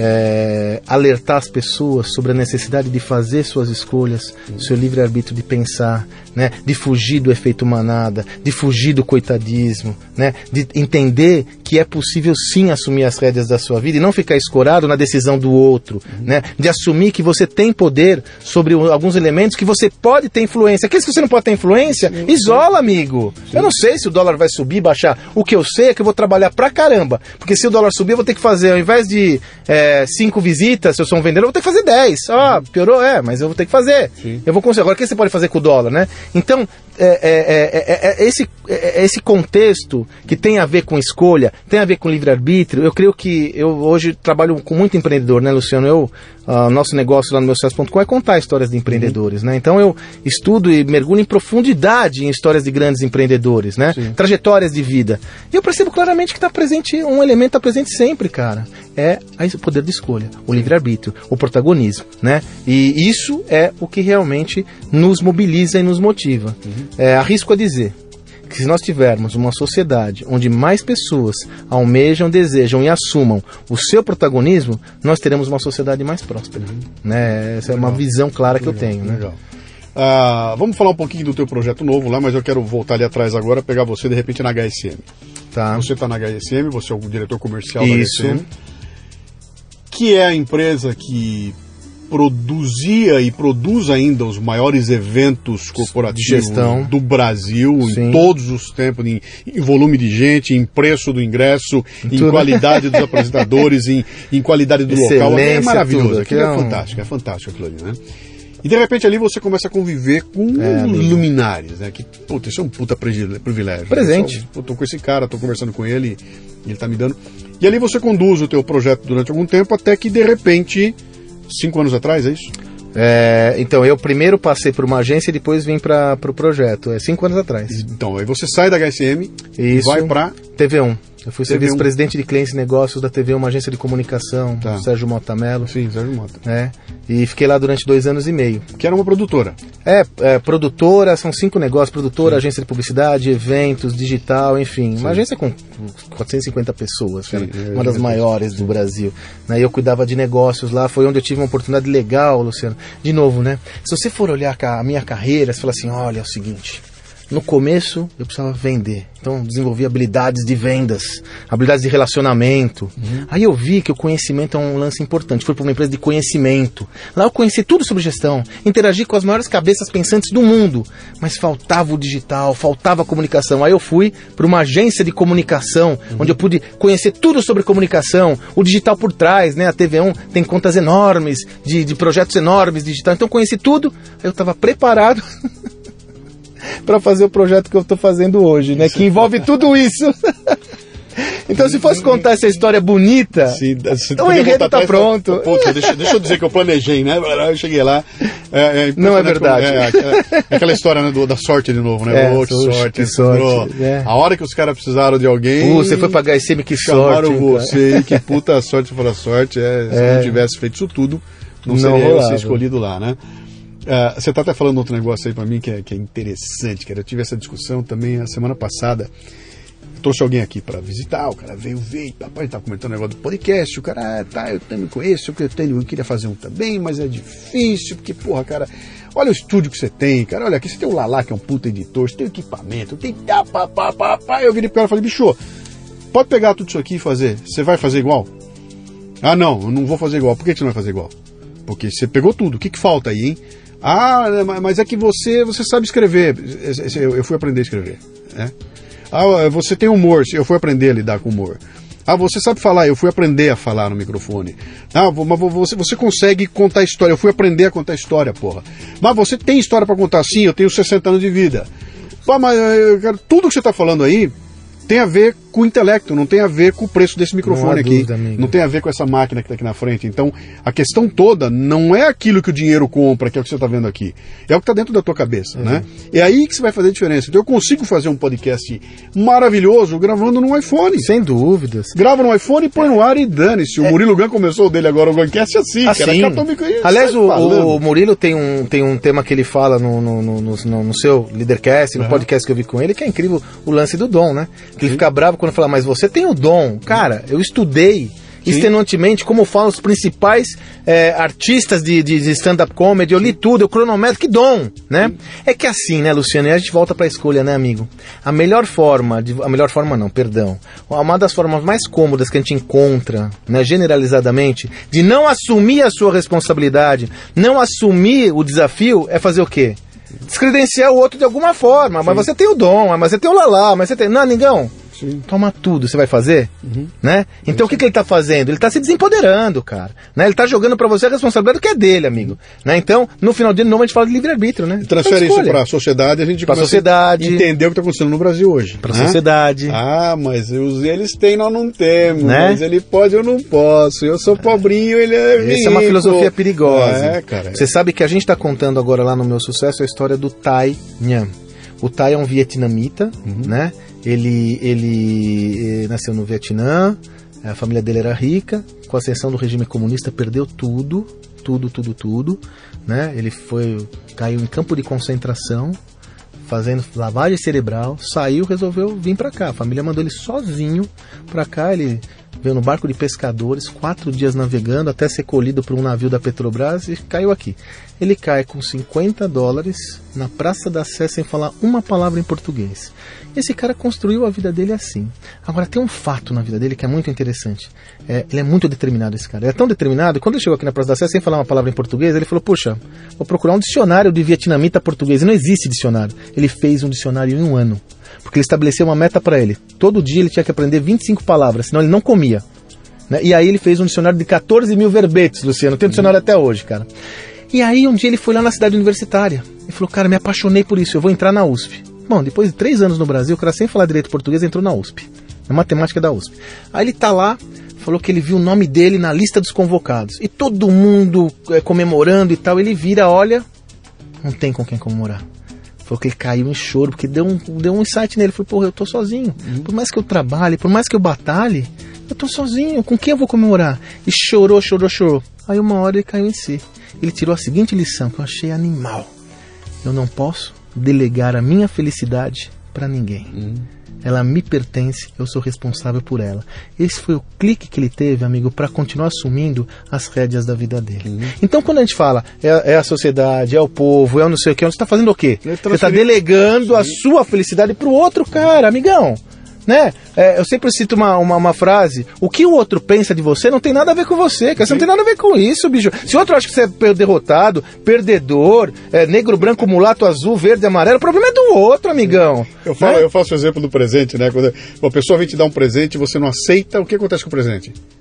Alertar as pessoas sobre a necessidade de fazer suas escolhas, seu livre-arbítrio de pensar, né? De fugir do efeito manada, de fugir do coitadismo, né? De entender que é possível sim assumir as rédeas da sua vida e não ficar escorado na decisão do outro, né? De assumir que você tem poder sobre alguns elementos que você pode ter influência. Aqueles que você não pode ter influência, isola, amigo. Eu não sei se o dólar vai subir, baixar. O que eu sei é que eu vou trabalhar pra caramba, porque se o dólar subir eu vou ter que fazer, ao invés de 5 visitas, se eu sou um vendedor, eu vou ter que fazer 10. Piorou? Mas eu vou ter que fazer. Sim. Eu vou conseguir. Agora, o que você pode fazer com o dólar, né? Então, esse contexto que tem a ver com escolha, tem a ver com livre-arbítrio, eu creio que eu hoje trabalho com muito empreendedor, né, Luciano? Nosso negócio lá no meusócios.com é contar histórias de empreendedores, né? Então eu estudo e mergulho em profundidade em histórias de grandes empreendedores, né? Sim. Trajetórias de vida. E eu percebo claramente que está presente, um elemento está presente sempre, cara. É o poder de escolha, o livre-arbítrio, o protagonismo, né? E isso é o que realmente nos mobiliza e nos motiva. Arrisco a dizer que se nós tivermos uma sociedade onde mais pessoas almejam, desejam e assumam o seu protagonismo, nós teremos uma sociedade mais próspera. Né? Essa é uma visão clara que eu tenho. Né? Vamos falar um pouquinho do teu projeto novo lá, mas eu quero voltar ali atrás agora, pegar você de repente na HSM. Tá. Você está na HSM, você é o diretor comercial da HSM, que é a empresa que produzia e produz ainda os maiores eventos corporativos do Brasil, em todos os tempos, em volume de gente, em preço do ingresso, em qualidade dos apresentadores, em qualidade do local. É maravilhoso, aquilo é fantástico aquilo ali, né? E de repente ali você começa a conviver com os luminares, né? Que, puta, isso é um puta privilégio. Presente. Né? Eu tô com esse cara, tô conversando com ele, ele tá me dando. E ali você conduz o teu projeto durante algum tempo, até que de repente... 5 anos atrás, é isso? Então, eu primeiro passei por uma agência e depois vim para o projeto. 5 anos atrás. Então, aí você sai da HSM e vai para... TV1. Eu fui ser vice-presidente de clientes e negócios da TV1, uma agência de comunicação, Sérgio Mota Mello. Sim, Sérgio Mota. E fiquei lá durante 2 anos e meio. Que era uma produtora. Produtora, são 5 negócios, produtora, agência de publicidade, eventos, digital, enfim. Uma agência com 450 pessoas, uma das maiores do Brasil. E eu cuidava de negócios lá, foi onde eu tive uma oportunidade legal, Luciano. De novo, né? Se você for olhar a minha carreira, você fala assim, olha, é o seguinte... No começo, eu precisava vender. Então, desenvolvi habilidades de vendas, habilidades de relacionamento. Aí eu vi que o conhecimento é um lance importante. Fui para uma empresa de conhecimento. Lá eu conheci tudo sobre gestão. Interagi com as maiores cabeças pensantes do mundo. Mas faltava o digital, faltava a comunicação. Aí eu fui para uma agência de comunicação, onde eu pude conhecer tudo sobre comunicação. O digital por trás, né? A TV1 tem contas enormes, de projetos enormes, digital. Então, conheci tudo. Aí eu estava preparado... para fazer o projeto que eu tô fazendo hoje, né? Que envolve tudo isso. Então, se fosse contar essa história bonita, o enredo tá pronto. Puta, deixa eu dizer que eu planejei, né? Eu cheguei lá. Não é verdade. Aquela história, né, da sorte de novo, né? Que sorte. A hora que os caras precisaram de alguém. Você foi pra HSM, que chamaram sorte. Você, que puta sorte fora sorte. Se eu não tivesse feito isso tudo, não seria eu ser escolhido lá, né? Você tá até falando outro negócio aí pra mim que é interessante, cara. Eu tive essa discussão também a semana passada. Trouxe alguém aqui para visitar, o cara veio ver, papai tá comentando um negócio do podcast, o cara, eu também conheço, eu queria fazer um também, mas é difícil, porque, porra, cara, olha o estúdio que você tem, cara, olha aqui, você tem o Lala, que é um puta editor, você tem o equipamento, tem eu virei pro cara e falei, bicho, pode pegar tudo isso aqui e fazer, você vai fazer igual? Ah, não, eu não vou fazer igual. Por que você não vai fazer igual? Porque você pegou tudo, o que falta aí, hein? Ah, mas é que você sabe escrever, eu fui aprender a escrever, né? Ah, você tem humor, eu fui aprender a lidar com humor. Ah, você sabe falar, eu fui aprender a falar no microfone. Ah, mas você consegue contar história, eu fui aprender a contar história, porra. Mas você tem história pra contar? Sim, eu tenho 60 anos de vida. Pô, mas cara, tudo que você tá falando aí tem a ver com o intelecto, não tem a ver com o preço desse microfone aqui. Dúvida, não tem a ver com essa máquina que está aqui na frente. Então, a questão toda não é aquilo que o dinheiro compra, que é o que você está vendo aqui. É o que está dentro da tua cabeça, né? É aí que você vai fazer a diferença. Então, eu consigo fazer um podcast maravilhoso gravando no iPhone. Sem dúvidas. Grava no iPhone, põe no ar e dane-se. O Murilo Gun começou o dele agora, o Guncast assim, cara. Aliás, o Murilo tem um tema que ele fala no seu Leadercast, no podcast que eu vi com ele, que é incrível, o lance do dom, né? Que ele fica bravo quando fala, mas você tem o dom. Cara, eu estudei extenuantemente como falam os principais artistas de stand-up comedy, eu li tudo, eu cronometro, que dom, né? É que assim, né, Luciano, e a gente volta pra escolha, né, amigo? Uma das formas mais cômodas que a gente encontra, né, generalizadamente, de não assumir a sua responsabilidade, não assumir o desafio, é fazer o quê? Descredenciar o outro de alguma forma. Mas você tem o dom, mas você tem o Lala, mas você tem... Não, amigão, toma tudo, você vai fazer? Né? Então o que ele tá fazendo? Ele tá se desempoderando, cara, né? Ele tá jogando pra você a responsabilidade que é dele, amigo, né? Então, no final de ano, a gente fala de livre-arbítrio, né? Transfere isso pra sociedade, a gente começa a entender o que tá acontecendo no Brasil hoje. Pra sociedade. Ah, mas eles têm, nós não temos, né? Mas ele pode, eu não posso. Eu sou pobrinho, ele é rico. Essa é uma filosofia perigosa. Cara. Você sabe que a gente tá contando agora lá no Meu Sucesso a história do Thai Nhan. O Thai é um vietnamita, né? Ele nasceu no Vietnã, a família dele era rica, com a ascensão do regime comunista perdeu tudo, né? Ele caiu em campo de concentração, fazendo lavagem cerebral, saiu, resolveu vir pra cá. A família mandou ele sozinho pra cá, ele veio no barco de pescadores, 4 dias navegando até ser colhido por um navio da Petrobras e caiu aqui. Ele cai com $50 na Praça da Sé sem falar uma palavra em português. Esse cara construiu a vida dele assim. Agora, tem um fato na vida dele que é muito interessante. Ele é muito determinado, esse cara. Ele é tão determinado, quando ele chegou aqui na Praça da Sé sem falar uma palavra em português, ele falou, puxa, vou procurar um dicionário de vietnamita português. E não existe dicionário. Ele fez um dicionário em 1 ano. Porque ele estabeleceu uma meta para ele. Todo dia ele tinha que aprender 25 palavras, senão ele não comia. Né? E aí ele fez um dicionário de 14 mil verbetes, Luciano. Tem um dicionário até hoje, cara. E aí um dia ele foi lá na cidade universitária. Ele falou, cara, me apaixonei por isso, eu vou entrar na USP. Bom, depois de 3 anos no Brasil, o cara sem falar direito português entrou na USP. Na matemática da USP. Aí ele tá lá, falou que ele viu o nome dele na lista dos convocados. E todo mundo comemorando e tal. Ele vira, olha, não tem com quem comemorar. Falou que ele caiu em choro, porque deu um insight nele. Ele falou, porra, eu tô sozinho. Por mais que eu trabalhe, por mais que eu batalhe, eu tô sozinho. Com quem eu vou comemorar? E chorou. Aí uma hora ele caiu em si. Ele tirou a seguinte lição, que eu achei animal. Eu não posso delegar a minha felicidade para ninguém. Ela me pertence, eu sou responsável por ela. Esse foi o clique que ele teve, amigo, para continuar assumindo as rédeas da vida dele. Então, quando a gente fala, é a sociedade, é o povo, é o não sei o que, você está fazendo o quê? Você está delegando a sua felicidade para o outro cara, amigão. Né? Eu sempre cito uma frase: o que o outro pensa de você não tem nada a ver com você, cara. Você não tem nada a ver com isso, bicho. Se o outro acha que você é derrotado, perdedor, negro, branco, mulato, azul, verde, amarelo, o problema é do outro, amigão. Eu faço o exemplo do presente, né? Quando uma pessoa vem te dar um presente e você não aceita, o que acontece com o presente?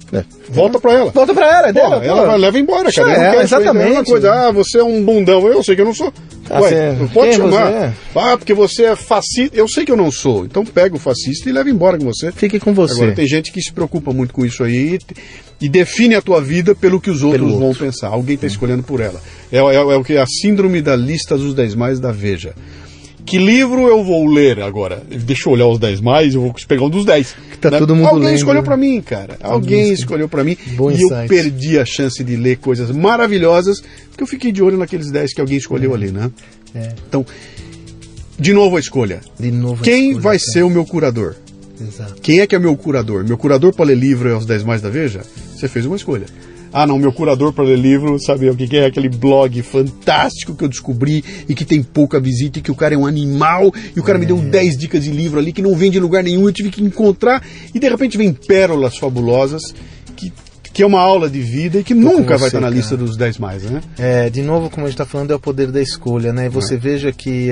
Volta pra ela. Volta pra ela, é dela. Ela leva embora, cara. É, eu não quero exatamente. Uma coisa, você é um bundão. Eu sei que eu não sou. Ué, não pode chamar. Porque você é fascista. Eu sei que eu não sou. Então pega o fascista e leva embora com você. Fique com você. Agora, tem gente que se preocupa muito com isso aí e define a tua vida pelo que os outros vão pensar. Alguém está escolhendo por ela. É o que? A síndrome da lista dos 10 mais da Veja. Que livro eu vou ler agora? Deixa eu olhar os 10 mais, eu vou pegar um dos 10. Tá todo mundo Alguém lendo, escolheu pra mim, cara. Alguém escolheu pra mim. Bom e insight. eu perdi a chance de ler coisas maravilhosas, porque eu fiquei de olho naqueles 10 que alguém escolheu ali, né? Então, de novo a escolha. Quem vai ser o meu curador? Exato. Quem é que é meu curador? Meu curador para ler livro é os 10 mais da Veja? Você fez uma escolha. Ah, não, meu curador para ler livro, sabe o que é? Aquele blog fantástico que eu descobri e que tem pouca visita e que o cara é um animal e o cara me deu 10 dicas de livro ali que não vem de lugar nenhum, eu tive que encontrar e de repente vem pérolas fabulosas que é uma aula de vida e que nunca vai estar na lista dos 10 mais, né? De novo, como a gente está falando, é o poder da escolha, né? E você veja que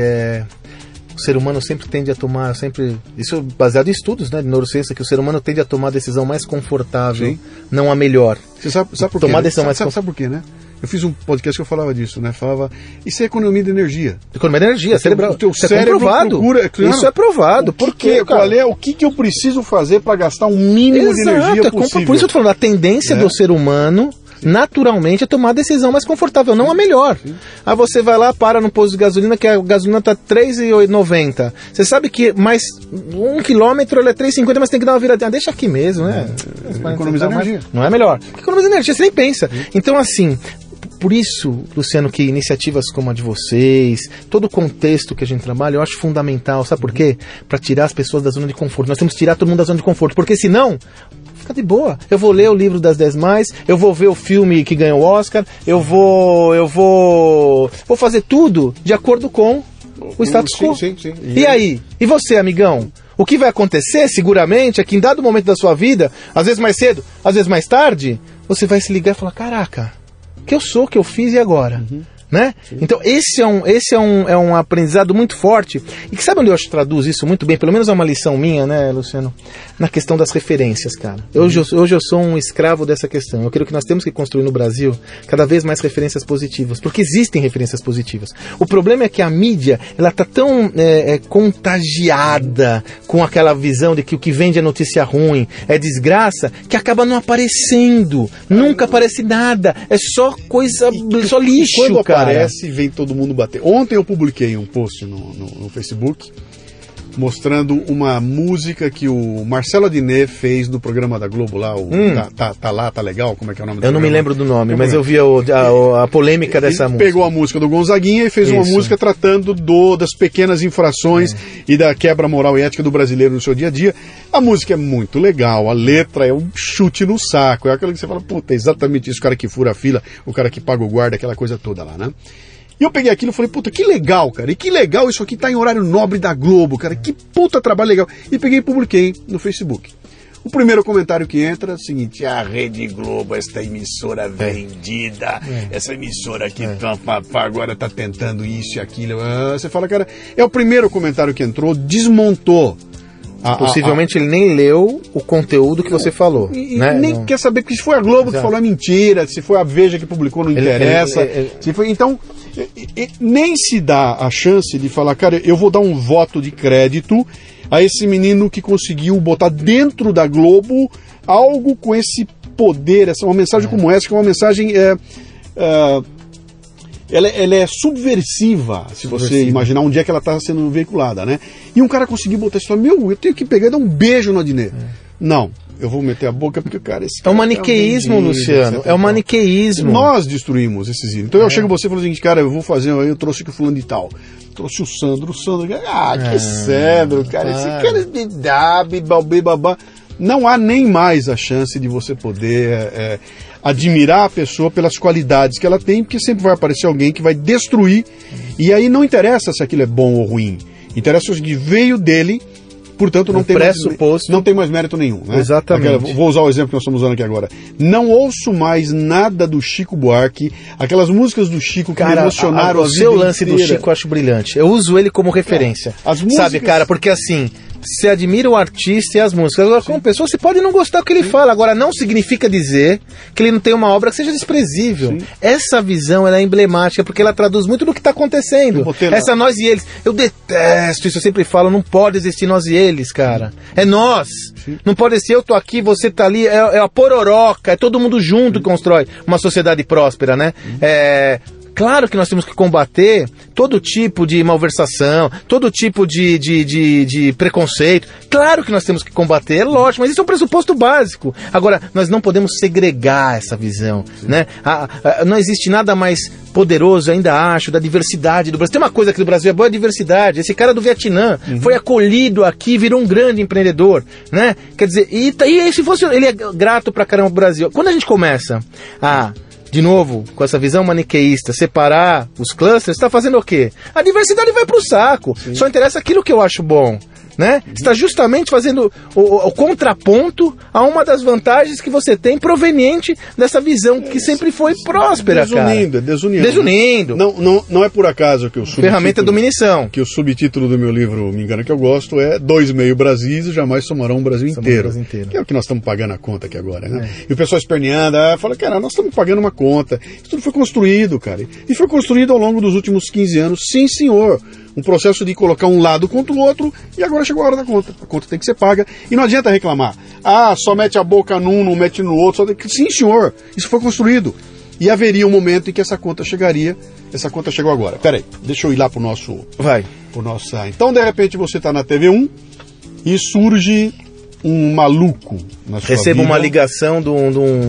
o ser humano sempre tende a tomar, isso é baseado em estudos, né, de neurociência, que o ser humano tende a tomar a decisão mais confortável, não a melhor. Você sabe por quê? Tomar a decisão mais sabe por quê, né? Eu fiz um podcast que eu falava disso, né? Falava, isso é economia de energia. Economia de energia, cerebral. O teu cérebro procura... Isso é provado. Por quê, cara? O que eu preciso fazer para gastar o mínimo de energia possível? Por isso eu tô falando, a tendência do ser humano... naturalmente é tomar a decisão mais confortável, não a melhor. Aí você vai lá, para no posto de gasolina, que a gasolina tá R$3,90. Você sabe que mais 1 quilômetro ela é R$3,50, mas tem que dar uma viradinha. Deixa aqui mesmo, né? Economizar energia. Não é melhor. Economizar energia, você nem pensa. Então, assim, por isso, Luciano, que iniciativas como a de vocês, todo o contexto que a gente trabalha, eu acho fundamental. Sabe por quê? Para tirar as pessoas da zona de conforto. Nós temos que tirar todo mundo da zona de conforto, porque senão... fica de boa. Eu vou ler o livro das 10 mais, eu vou ver o filme que ganhou o Oscar, eu vou fazer tudo de acordo com o status quo. Sim. E aí? E você, amigão? O que vai acontecer, seguramente, é que em dado momento da sua vida, às vezes mais cedo, às vezes mais tarde, você vai se ligar e falar, caraca, que eu sou, que eu fiz e agora? Né? Então esse é um aprendizado muito forte. E que sabe onde eu acho que traduz isso muito bem? Pelo menos é uma lição minha, né, Luciano? Na questão das referências, cara. Hoje eu sou um escravo dessa questão. Eu creio que nós temos que construir no Brasil cada vez mais referências positivas, porque existem referências positivas. O problema é que a mídia, ela tá tão contagiada com aquela visão de que o que vende é notícia ruim, é desgraça, que acaba não aparecendo. Nunca aparece nada. É só coisa, só lixo, quando cara. Aparece, vem todo mundo bater. Ontem eu publiquei um post no Facebook mostrando uma música que o Marcelo Adnet fez no programa da Globo lá, Tá Lá, Tá Legal, como é que é o nome do programa? Eu não me lembro do nome, mas eu vi a polêmica dessa música. Pegou a música do Gonzaguinha e fez uma música tratando das pequenas infrações e da quebra moral e ética do brasileiro no seu dia a dia. A música é muito legal, a letra é um chute no saco, é aquela que você fala, puta, é exatamente isso, o cara que fura a fila, o cara que paga o guarda, aquela coisa toda lá, né? E eu peguei aquilo e falei, puta, que legal, cara. E que legal isso aqui tá em horário nobre da Globo, cara. Que puta trabalho legal. E peguei e publiquei no Facebook. O primeiro comentário que entra é o seguinte: a Rede Globo, esta emissora vendida, essa emissora que agora tá tentando isso e aquilo. Você fala, cara, é o primeiro comentário que entrou, desmontou. Possivelmente ele nem leu o conteúdo que você falou. Né? Nem quer saber que se foi a Globo que falou é mentira, se foi a Veja que publicou não interessa. Se foi, então, nem se dá a chance de falar, cara, eu vou dar um voto de crédito a esse menino que conseguiu botar dentro da Globo algo com esse poder, uma mensagem como essa, que é uma mensagem... Ela é subversiva, se você imaginar onde é que ela está sendo veiculada, né? E um cara conseguiu botar isso, eu tenho que pegar e dar um beijo no Adnet. Não, eu vou meter a boca porque, cara, esse cara é um maniqueísmo, Luciano, é um maniqueísmo. Nós destruímos esses ídolos. Então eu chego a você e falo o seguinte, cara, eu trouxe aqui o fulano de tal. Trouxe o Sandro, que Sandro, cara, esse cara de babá. Não há nem mais a chance de você poder... admirar a pessoa pelas qualidades que ela tem, porque sempre vai aparecer alguém que vai destruir, e aí não interessa se aquilo é bom ou ruim, interessa o que veio dele, portanto não tem mais mérito nenhum, né? Exatamente. Vou usar o exemplo que nós estamos usando aqui agora. Não ouço mais nada do Chico Buarque, aquelas músicas do Chico que me emocionaram a vida inteira. O seu lance do inteira. Chico eu acho brilhante, eu uso ele como referência, As músicas... sabe, cara, porque assim, Você admira o artista e as músicas. Agora, como pessoa, você pode não gostar do que ele fala. Agora, não significa dizer que ele não tem uma obra que seja desprezível. Sim. Essa visão, ela é emblemática, porque ela traduz muito do que está acontecendo. Essa nós e eles. Eu detesto isso, eu sempre falo, não pode existir nós e eles, cara. É nós. Sim. Não pode ser eu tô aqui, você tá ali, é a pororoca, é todo mundo junto que constrói uma sociedade próspera, né? Claro que nós temos que combater todo tipo de malversação, todo tipo de preconceito. Claro que nós temos que combater, é lógico, mas isso é um pressuposto básico. Agora, nós não podemos segregar essa visão, né? Não existe nada mais poderoso, ainda acho, da diversidade do Brasil. Tem uma coisa que no Brasil é boa, a diversidade. Esse cara do Vietnã foi acolhido aqui, virou um grande empreendedor, né? Quer dizer, e se fosse, ele é grato pra caramba pro Brasil. Quando a gente começa de novo, com essa visão maniqueísta, separar os clusters, está fazendo o quê? A diversidade vai pro saco. Sim. Só interessa aquilo que eu acho bom, né? Está justamente fazendo o contraponto a uma das vantagens que você tem proveniente dessa visão que sempre foi próspera, desunindo. Não é por acaso que o subtítulo... Ferramenta dominação. Que o subtítulo do meu livro, me engano, que eu gosto, é 2,5 Brasis e jamais somarão um Brasil inteiro. Que é o que nós estamos pagando a conta aqui agora, né? E o pessoal esperneando, fala, cara, nós estamos pagando uma conta. Isso tudo foi construído, cara. E foi construído ao longo dos últimos 15 anos, sim, senhor. Um processo de colocar um lado contra o outro, e agora chegou a hora da conta. A conta tem que ser paga. E não adianta reclamar. Só mete a boca num, não mete no outro. Sim, senhor, isso foi construído. E haveria um momento em que essa conta chegaria. Essa conta chegou agora. Peraí, deixa eu ir lá pro nosso... Vai. Então, de repente, você está na TV1 e surge um maluco na sua Recebo vida. Uma ligação de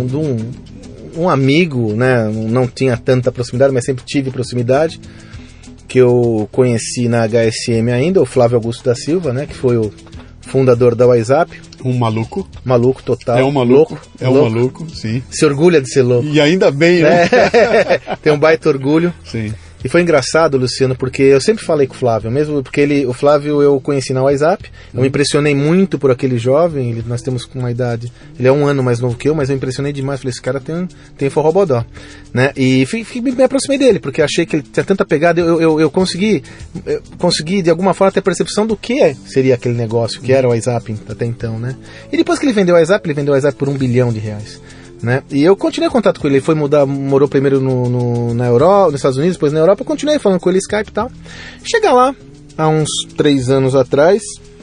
um amigo, né? Não tinha tanta proximidade, mas sempre tive proximidade, que eu conheci na HSM ainda, o Flávio Augusto da Silva, né, que foi o fundador da WhatsApp. Um maluco. Maluco total. É um maluco. Louco. Um maluco, sim. Se orgulha de ser louco. E ainda bem, né? Tem um baita orgulho. Sim. E foi engraçado, Luciano, porque eu sempre falei com o Flávio, mesmo porque o Flávio eu conheci na WhatsApp, eu me impressionei muito por aquele jovem, nós temos uma idade, ele é 1 ano mais novo que eu, mas eu impressionei demais, falei, esse cara tem forrobodó, né? E me aproximei dele, porque achei que ele tinha tanta pegada, eu consegui de alguma forma ter percepção do que seria aquele negócio, que era o WhatsApp até então, né? E depois que ele vendeu o WhatsApp por R$1 bilhão. Né? E eu continuei em contato com ele. Ele foi morou primeiro na Europa, nos Estados Unidos, depois na Europa. Eu continuei falando com ele, Skype e tal. Chega lá, há uns 3 anos atrás,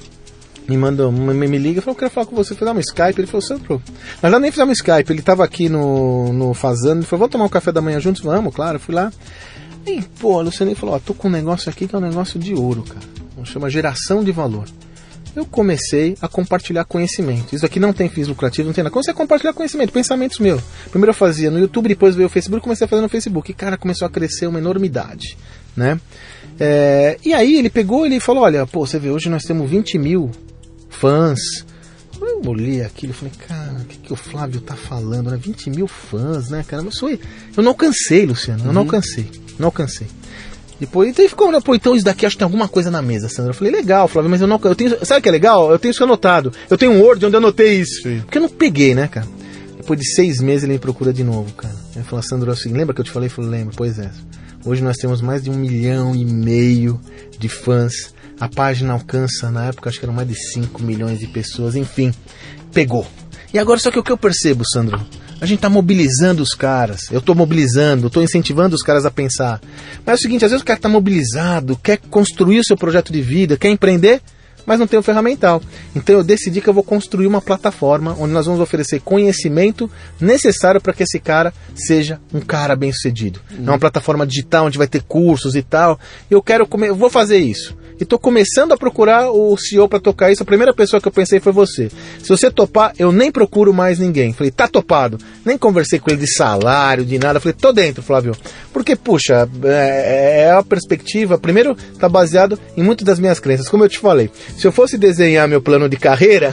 me liga e falou, eu quero falar com você. Eu falei, um Skype. Ele falou, Sandro, nós já nem fizemos um Skype. Ele estava aqui no Fazano. Ele falou, vamos tomar um café da manhã juntos? Vamos, claro. Eu fui lá. E, a Luciane falou, tô com um negócio aqui que é um negócio de ouro, cara. Chama geração de valor. Eu comecei a compartilhar conhecimento. Isso aqui não tem fins lucrativos, não tem nada. Comecei a compartilhar conhecimento, pensamentos meus. Primeiro eu fazia no YouTube, depois veio o Facebook, comecei a fazer no Facebook. E, cara, começou a crescer uma enormidade, né? E aí ele pegou e falou, olha, você vê, hoje nós temos 20 mil fãs. Eu olhei aquilo e falei, cara, o que o Flávio tá falando, né? 20 mil fãs, né, cara? Eu não alcancei, Luciano, eu não alcancei. Depois ele ficou, então isso daqui acho que tem alguma coisa na mesa, Sandra. Eu falei, legal, Flávio, mas eu tenho, sabe o que é legal? Eu tenho isso anotado. Eu tenho um Word onde eu anotei isso. Sim. Porque eu não peguei, né, cara? Depois de 6 meses ele me procura de novo, cara. Ele falou, Sandro, assim, lembra que eu te falei? Eu falei, lembro, pois é. Hoje nós temos mais de 1,5 milhão de fãs. A página alcança, na época, acho que eram mais de 5 milhões de pessoas. Enfim, pegou. E agora, só que o que eu percebo, Sandro? A gente tá mobilizando os caras. Eu tô mobilizando, tô incentivando os caras a pensar. Mas é o seguinte, às vezes o cara tá mobilizado, quer construir o seu projeto de vida, quer empreender, mas não tem o ferramental. Então eu decidi que eu vou construir uma plataforma onde nós vamos oferecer conhecimento necessário para que esse cara seja um cara bem-sucedido. É uma plataforma digital onde vai ter cursos e tal. Eu vou fazer isso. E estou começando a procurar o CEO para tocar isso. A primeira pessoa que eu pensei foi você. Se você topar, eu nem procuro mais ninguém. Falei, tá topado. Nem conversei com ele de salário, de nada. Falei, tô dentro, Flávio. Porque, puxa, é a perspectiva. Primeiro, tá baseado em muitas das minhas crenças. Como eu te falei, se eu fosse desenhar meu plano de carreira,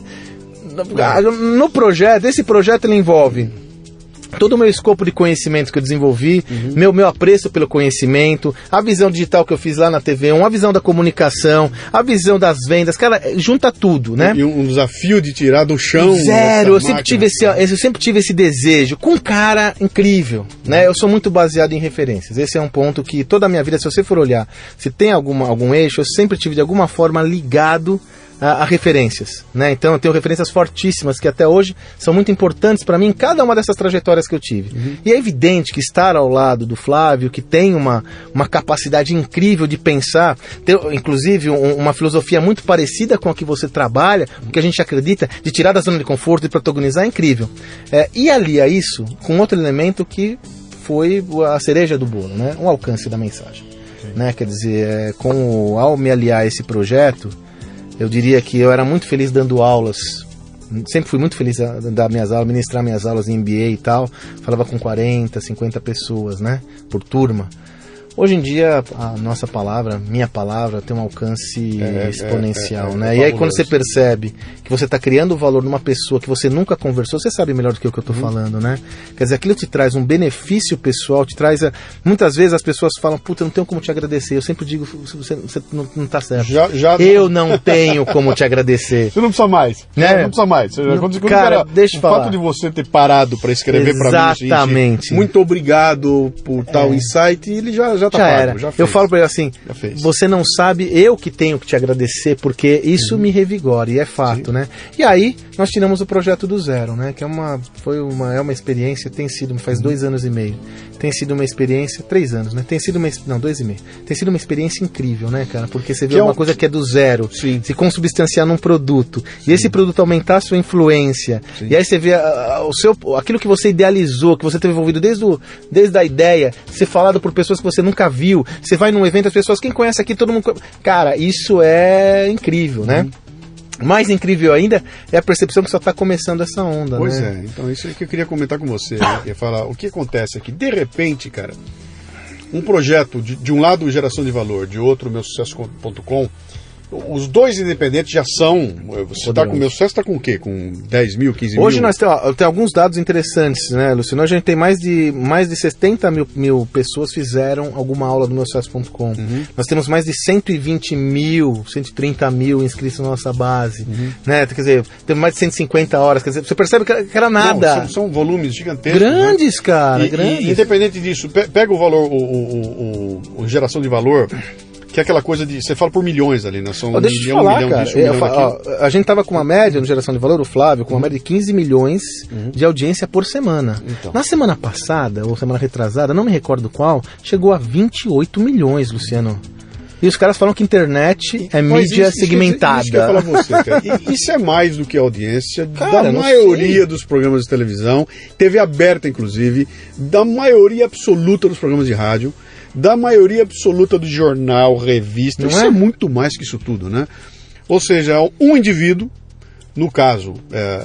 no projeto, esse projeto ele envolve todo o meu escopo de conhecimento que eu desenvolvi, meu apreço pelo conhecimento, a visão digital que eu fiz lá na TV1, a visão da comunicação, a visão das vendas, cara, junta tudo, né? E um desafio de tirar do chão... Zero, eu sempre tive esse desejo, com um cara incrível, né? Eu sou muito baseado em referências, esse é um ponto que toda a minha vida, se você for olhar, se tem algum eixo, eu sempre tive de alguma forma ligado a referências, né? Então eu tenho referências fortíssimas que até hoje são muito importantes para mim em cada uma dessas trajetórias que eu tive. E é evidente que estar ao lado do Flávio, que tem uma capacidade incrível de pensar, ter, inclusive uma filosofia muito parecida com a que você trabalha, o que a gente acredita, de tirar da zona de conforto e protagonizar, é incrível. E alia isso com outro elemento que foi a cereja do bolo, né? O alcance da mensagem. Né? Quer dizer, ao me aliar a esse projeto, eu diria que eu era muito feliz dando aulas. Sempre fui muito feliz a dar minhas aulas, ministrar minhas aulas em MBA e tal. Falava com 40, 50 pessoas, né? Por turma. Hoje em dia, a nossa palavra, minha palavra, tem um alcance exponencial, né? E aí quando você percebe que você está criando valor numa pessoa que você nunca conversou, você sabe melhor do que o que eu estou falando, né? Quer dizer, aquilo te traz um benefício pessoal, te traz... Muitas vezes as pessoas falam, puta, eu não tenho como te agradecer. Eu sempre digo, você não está certo. Eu não tenho como te agradecer. Você não precisa mais. Né? Não precisa mais. Cara, deixa eu falar. O fato de você ter parado para escrever para mim, exatamente. Muito obrigado por tal insight, e ele já tá pago, já fez. Eu falo pra ele assim, você não sabe, eu que tenho que te agradecer, porque isso me revigora, e é fato, né? E aí, nós tiramos o projeto do zero, né? Que é uma experiência, tem sido, faz 2 anos e meio, tem sido uma experiência, 3 anos, né? 2 e meio. Tem sido uma experiência incrível, né, cara? Porque você vê uma coisa que é do zero, se consubstanciar num produto, e esse produto aumentar a sua influência, e aí você vê aquilo que você idealizou, que você teve envolvido desde a ideia, ser falado por pessoas que você nunca viu. Você vai num evento, as pessoas, quem conhece aqui, todo mundo... Cara, isso é incrível, né? Mais incrível ainda é a percepção que só está começando essa onda, pois né? É, então isso é que eu queria comentar com você, né? Eu ia falar, o que acontece aqui, de repente, cara, um projeto, de um lado geração de valor, de outro meusucesso.com, os dois independentes já são... Você está com o meu sucesso, está com o quê? Com 10 mil, 15 mil? Hoje nós temos alguns dados interessantes, né, Luciano? A gente tem mais de 70 mil pessoas fizeram alguma aula do meusucesso.com. Nós temos mais de 120 mil, 130 mil inscritos na nossa base. Né? Quer dizer, temos mais de 150 horas. Quer dizer, você percebe que era nada. Não, são volumes gigantescos. Grandes, né? Cara, grandes. E independente disso, pega o valor, o geração de valor... Que é aquela coisa de... Você fala por milhões ali, né? São deixa eu te falar, cara. A gente tava com uma média no Geração de Valor, o Flávio, com uma média de 15 milhões de audiência por semana. Então. Na semana passada, ou semana retrasada, não me recordo qual, chegou a 28 milhões, Luciano. E os caras falam que internet é mídia segmentada. Isso que eu ia falar pra você, cara. Isso é mais do que a audiência da maioria dos programas de televisão, TV aberta, inclusive, da maioria absoluta dos programas de rádio, da maioria absoluta do jornal, revista. Isso é muito mais que isso tudo, né? Ou seja, um indivíduo, no caso,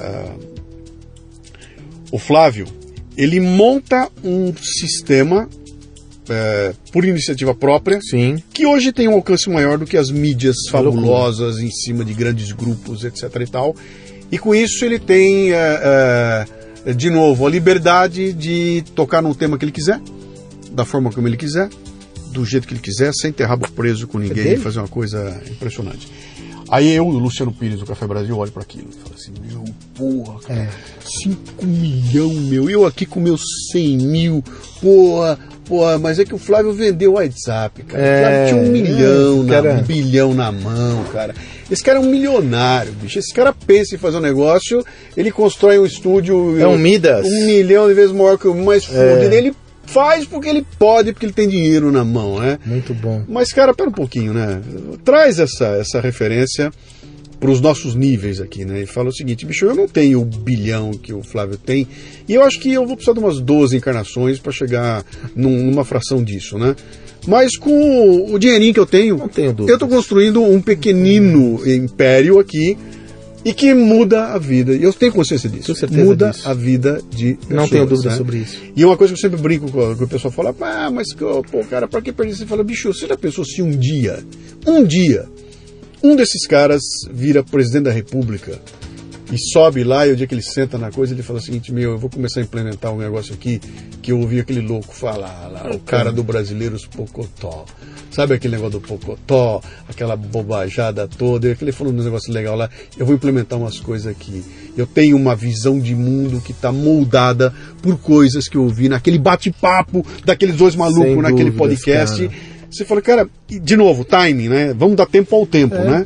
o Flávio, ele monta um sistema por iniciativa própria, que hoje tem um alcance maior do que as mídias fabulosas em cima de grandes grupos, etc. e tal. E com isso ele tem, de novo, a liberdade de tocar num tema que ele quiser, da forma como ele quiser, do jeito que ele quiser, sem ter rabo preso com ninguém, e fazer uma coisa impressionante. Aí eu, o Luciano Pires do Café Brasil, olho para aquilo e falo assim, meu, porra, cara, 5 milhões, eu aqui com meus 100 mil, porra, mas é que o Flávio vendeu o WhatsApp, cara. O Flávio tinha 1 milhão, 1 bilhão na mão, cara. Esse cara é um milionário, bicho. Esse cara pensa em fazer um negócio, ele constrói um estúdio... É um Midas. 1 milhão de vezes maior que o mais fundo dele. Faz porque ele pode, porque ele tem dinheiro na mão, né? Muito bom. Mas, cara, pera um pouquinho, né? Traz essa referência para os nossos níveis aqui, né? E fala o seguinte, bicho, eu não tenho o bilhão que o Flávio tem, e eu acho que eu vou precisar de umas 12 encarnações para chegar numa fração disso, né? Mas com o dinheirinho que eu tenho, não tenho dúvida, eu estou construindo um pequenino império aqui, e que muda a vida. E eu tenho consciência disso. Muda a vida de pessoas. Não tenho dúvida sobre isso. E uma coisa que eu sempre brinco com o pessoal, fala, mas, pô, cara, pra que perder? Você fala, bicho, você já pensou se um dia, um desses caras vira presidente da República e sobe lá, e o dia que ele senta na coisa, ele fala o seguinte, eu vou começar a implementar um negócio aqui, que eu ouvi aquele louco falar lá, o cara do Brasileiros Pocotó. Sabe aquele negócio do Pocotó, aquela bobajada toda, ele falou um negócio legal lá, eu vou implementar umas coisas aqui. Eu tenho uma visão de mundo que está moldada por coisas que eu ouvi naquele bate-papo daqueles dois malucos naquele podcast. Cara. Você fala, cara, de novo, timing, né? Vamos dar tempo ao tempo, né?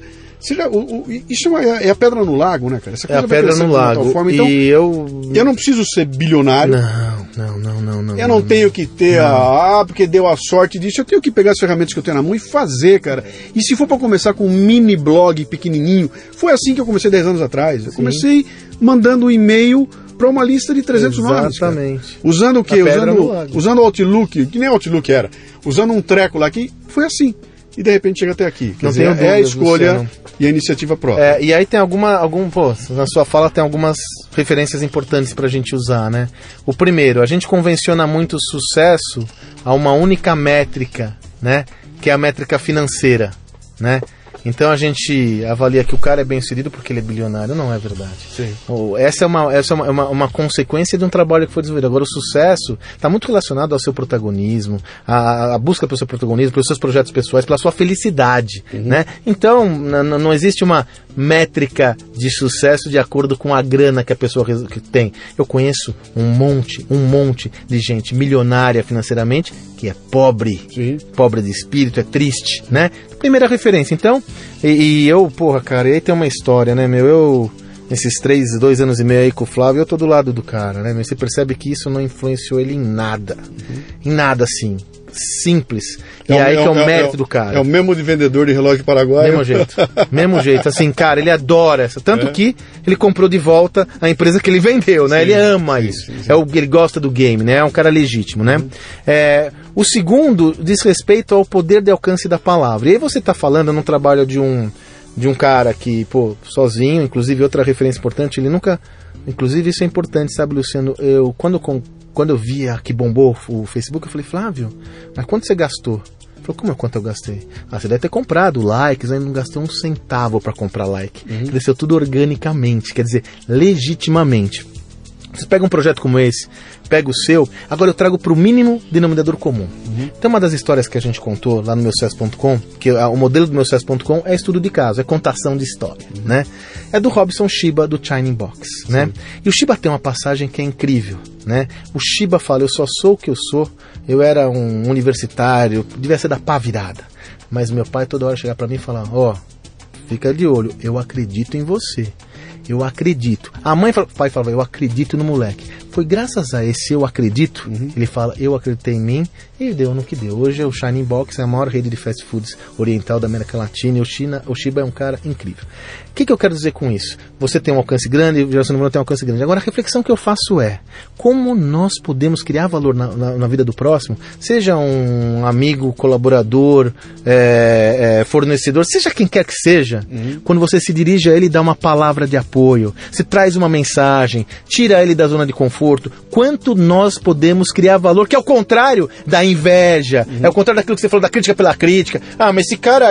Isso é a pedra no lago, né, cara? Essa coisa é a pedra no lago. Forma. Então, eu não preciso ser bilionário. Não. Eu não tenho que ter porque deu a sorte disso. Eu tenho que pegar as ferramentas que eu tenho na mão e fazer, cara. E se for para começar com um mini blog pequenininho, foi assim que eu comecei 10 anos atrás. Eu comecei mandando um e-mail para uma lista de 300 nomes. Exatamente. Usando o quê? Usando o Outlook, que nem o Outlook era. Usando um treco lá que foi assim. E de repente chega até aqui. Quer dizer, é a escolha e a iniciativa própria. E aí tem na sua fala tem algumas referências importantes pra gente usar, né? O primeiro, a gente convenciona muito o sucesso a uma única métrica, né? Que é a métrica financeira, né? Então a gente avalia que o cara é bem-sucedido porque ele é bilionário. Não é verdade. Sim. Essa é uma consequência de um trabalho que foi desenvolvido. Agora, o sucesso está muito relacionado ao seu protagonismo, a busca pelo seu protagonismo, pelos seus projetos pessoais, pela sua felicidade. Né? Então, não existe uma métrica de sucesso de acordo com a grana que a pessoa tem. Eu conheço um monte de gente milionária financeiramente que é pobre, pobre de espírito, é triste, né? Primeira referência, então, e eu, cara, e aí tem uma história, né, meu, nesses 2 anos e meio aí com o Flávio, eu tô do lado do cara, né, você percebe que isso não influenciou ele em nada, simples, e aí que é o mérito do cara. É o mesmo de vendedor de relógio paraguaio. Mesmo jeito, assim, cara, ele adora essa, tanto que ele comprou de volta a empresa que ele vendeu, né, ele ama isso, ele gosta do game, né, é um cara legítimo, né. O segundo diz respeito ao poder de alcance da palavra, e aí você tá falando num trabalho de um cara que, sozinho, inclusive outra referência importante, ele nunca, inclusive isso é importante, sabe, Luciano, quando eu via que bombou o Facebook, eu falei, Flávio, mas quanto você gastou? Ele falou, quanto eu gastei? Você deve ter comprado likes, aí não gastou um centavo para comprar like. Cresceu tudo organicamente, quer dizer, legitimamente. Você pega um projeto como esse, pega o seu, agora eu trago para o mínimo denominador comum. Então uma das histórias que a gente contou lá no meusucesso.com, que o modelo do meusucesso.com é estudo de caso, é contação de história, né? É do Robson Shiba, do Shining Box, né? E o Shiba tem uma passagem que é incrível, né? O Shiba fala, eu só sou o que eu sou, eu era um universitário, devia ser da pá virada, mas meu pai toda hora chegava para mim e falava, fica de olho, eu acredito em você. Eu acredito. A mãe, o pai falava, eu acredito no moleque. Foi graças a esse eu acredito, ele fala, eu acreditei em mim e deu no que deu. Hoje o Shining Box é a maior rede de fast foods oriental da América Latina e o Shiba é um cara incrível. O que eu quero dizer com isso? Você tem um alcance grande, o Geração Número tem um alcance grande. Agora a reflexão que eu faço é, como nós podemos criar valor na vida do próximo, seja um amigo, colaborador, fornecedor, seja quem quer que seja, quando você se dirige a ele e dá uma palavra de apoio, se traz uma mensagem, tira ele da zona de conforto, quanto nós podemos criar valor, que é o contrário da inveja, é o contrário daquilo que você falou, da crítica pela crítica. Mas esse cara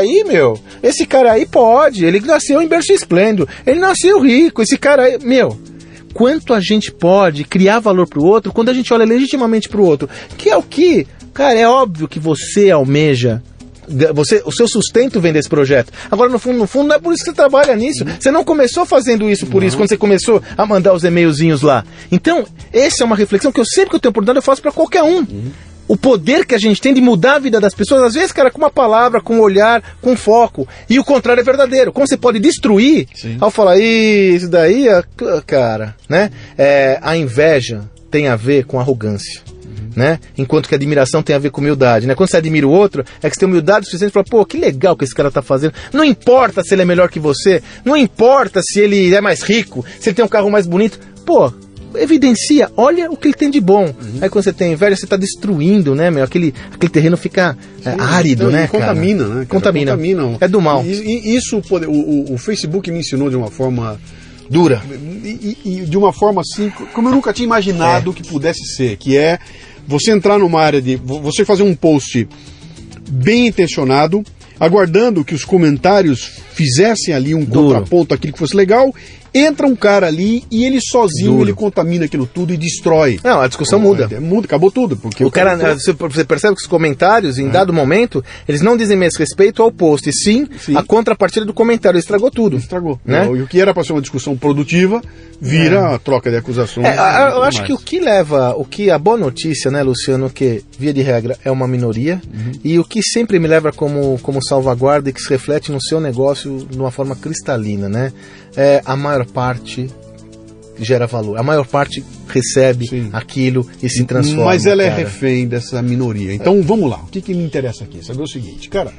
aí pode, ele nasceu em berço esplêndido, ele nasceu rico, esse cara aí, quanto a gente pode criar valor pro outro quando a gente olha legitimamente pro outro, que é o que, cara, é óbvio que você almeja, o seu sustento vem desse projeto. Agora, no fundo, não é por isso que você trabalha nisso. Você não começou fazendo isso por isso, quando você começou a mandar os e-mailzinhos lá. Então, essa é uma reflexão que eu sempre que eu tenho oportunidade, eu faço para qualquer um. O poder que a gente tem de mudar a vida das pessoas, às vezes, cara, com uma palavra, com um olhar, com foco. E o contrário é verdadeiro. Como você pode destruir ao falar, isso daí, cara, né? A inveja tem a ver com arrogância. Né? Enquanto que a admiração tem a ver com humildade, né? Quando você admira o outro, é que você tem humildade suficiente para falar, que legal que esse cara tá fazendo. Não importa se ele é melhor que você, não importa se ele é mais rico, se ele tem um carro mais bonito. Evidencia, olha o que ele tem de bom. Aí quando você tem inveja, você tá destruindo, né, aquele terreno fica árido, né, contamina, cara? Né? Contamina. É do mal. E isso, o Facebook me ensinou de uma forma dura. E de uma forma assim, como eu nunca tinha imaginado que pudesse ser, que é você entrar numa área de... Você fazer um post bem intencionado, aguardando que os comentários fizessem ali um contraponto àquilo que fosse legal, entra um cara ali e ele sozinho, ele contamina aquilo tudo e destrói. Não, a discussão muda. Muda, acabou tudo. Porque o cara, você percebe que os comentários, em dado momento, eles não dizem mais respeito ao post, e sim a contrapartida do comentário. Estragou tudo. Estragou. Né? E o que era para ser uma discussão produtiva, vira a troca de acusações. Eu acho que a boa notícia, né, Luciano, que, via de regra, é uma minoria, e o que sempre me leva como salvaguarda e que se reflete no seu negócio de uma forma cristalina, né? A maior parte gera valor. A maior parte recebe aquilo e se transforma. Mas ela é refém dessa minoria. Então vamos lá. O que me interessa aqui? Saber o seguinte, cara.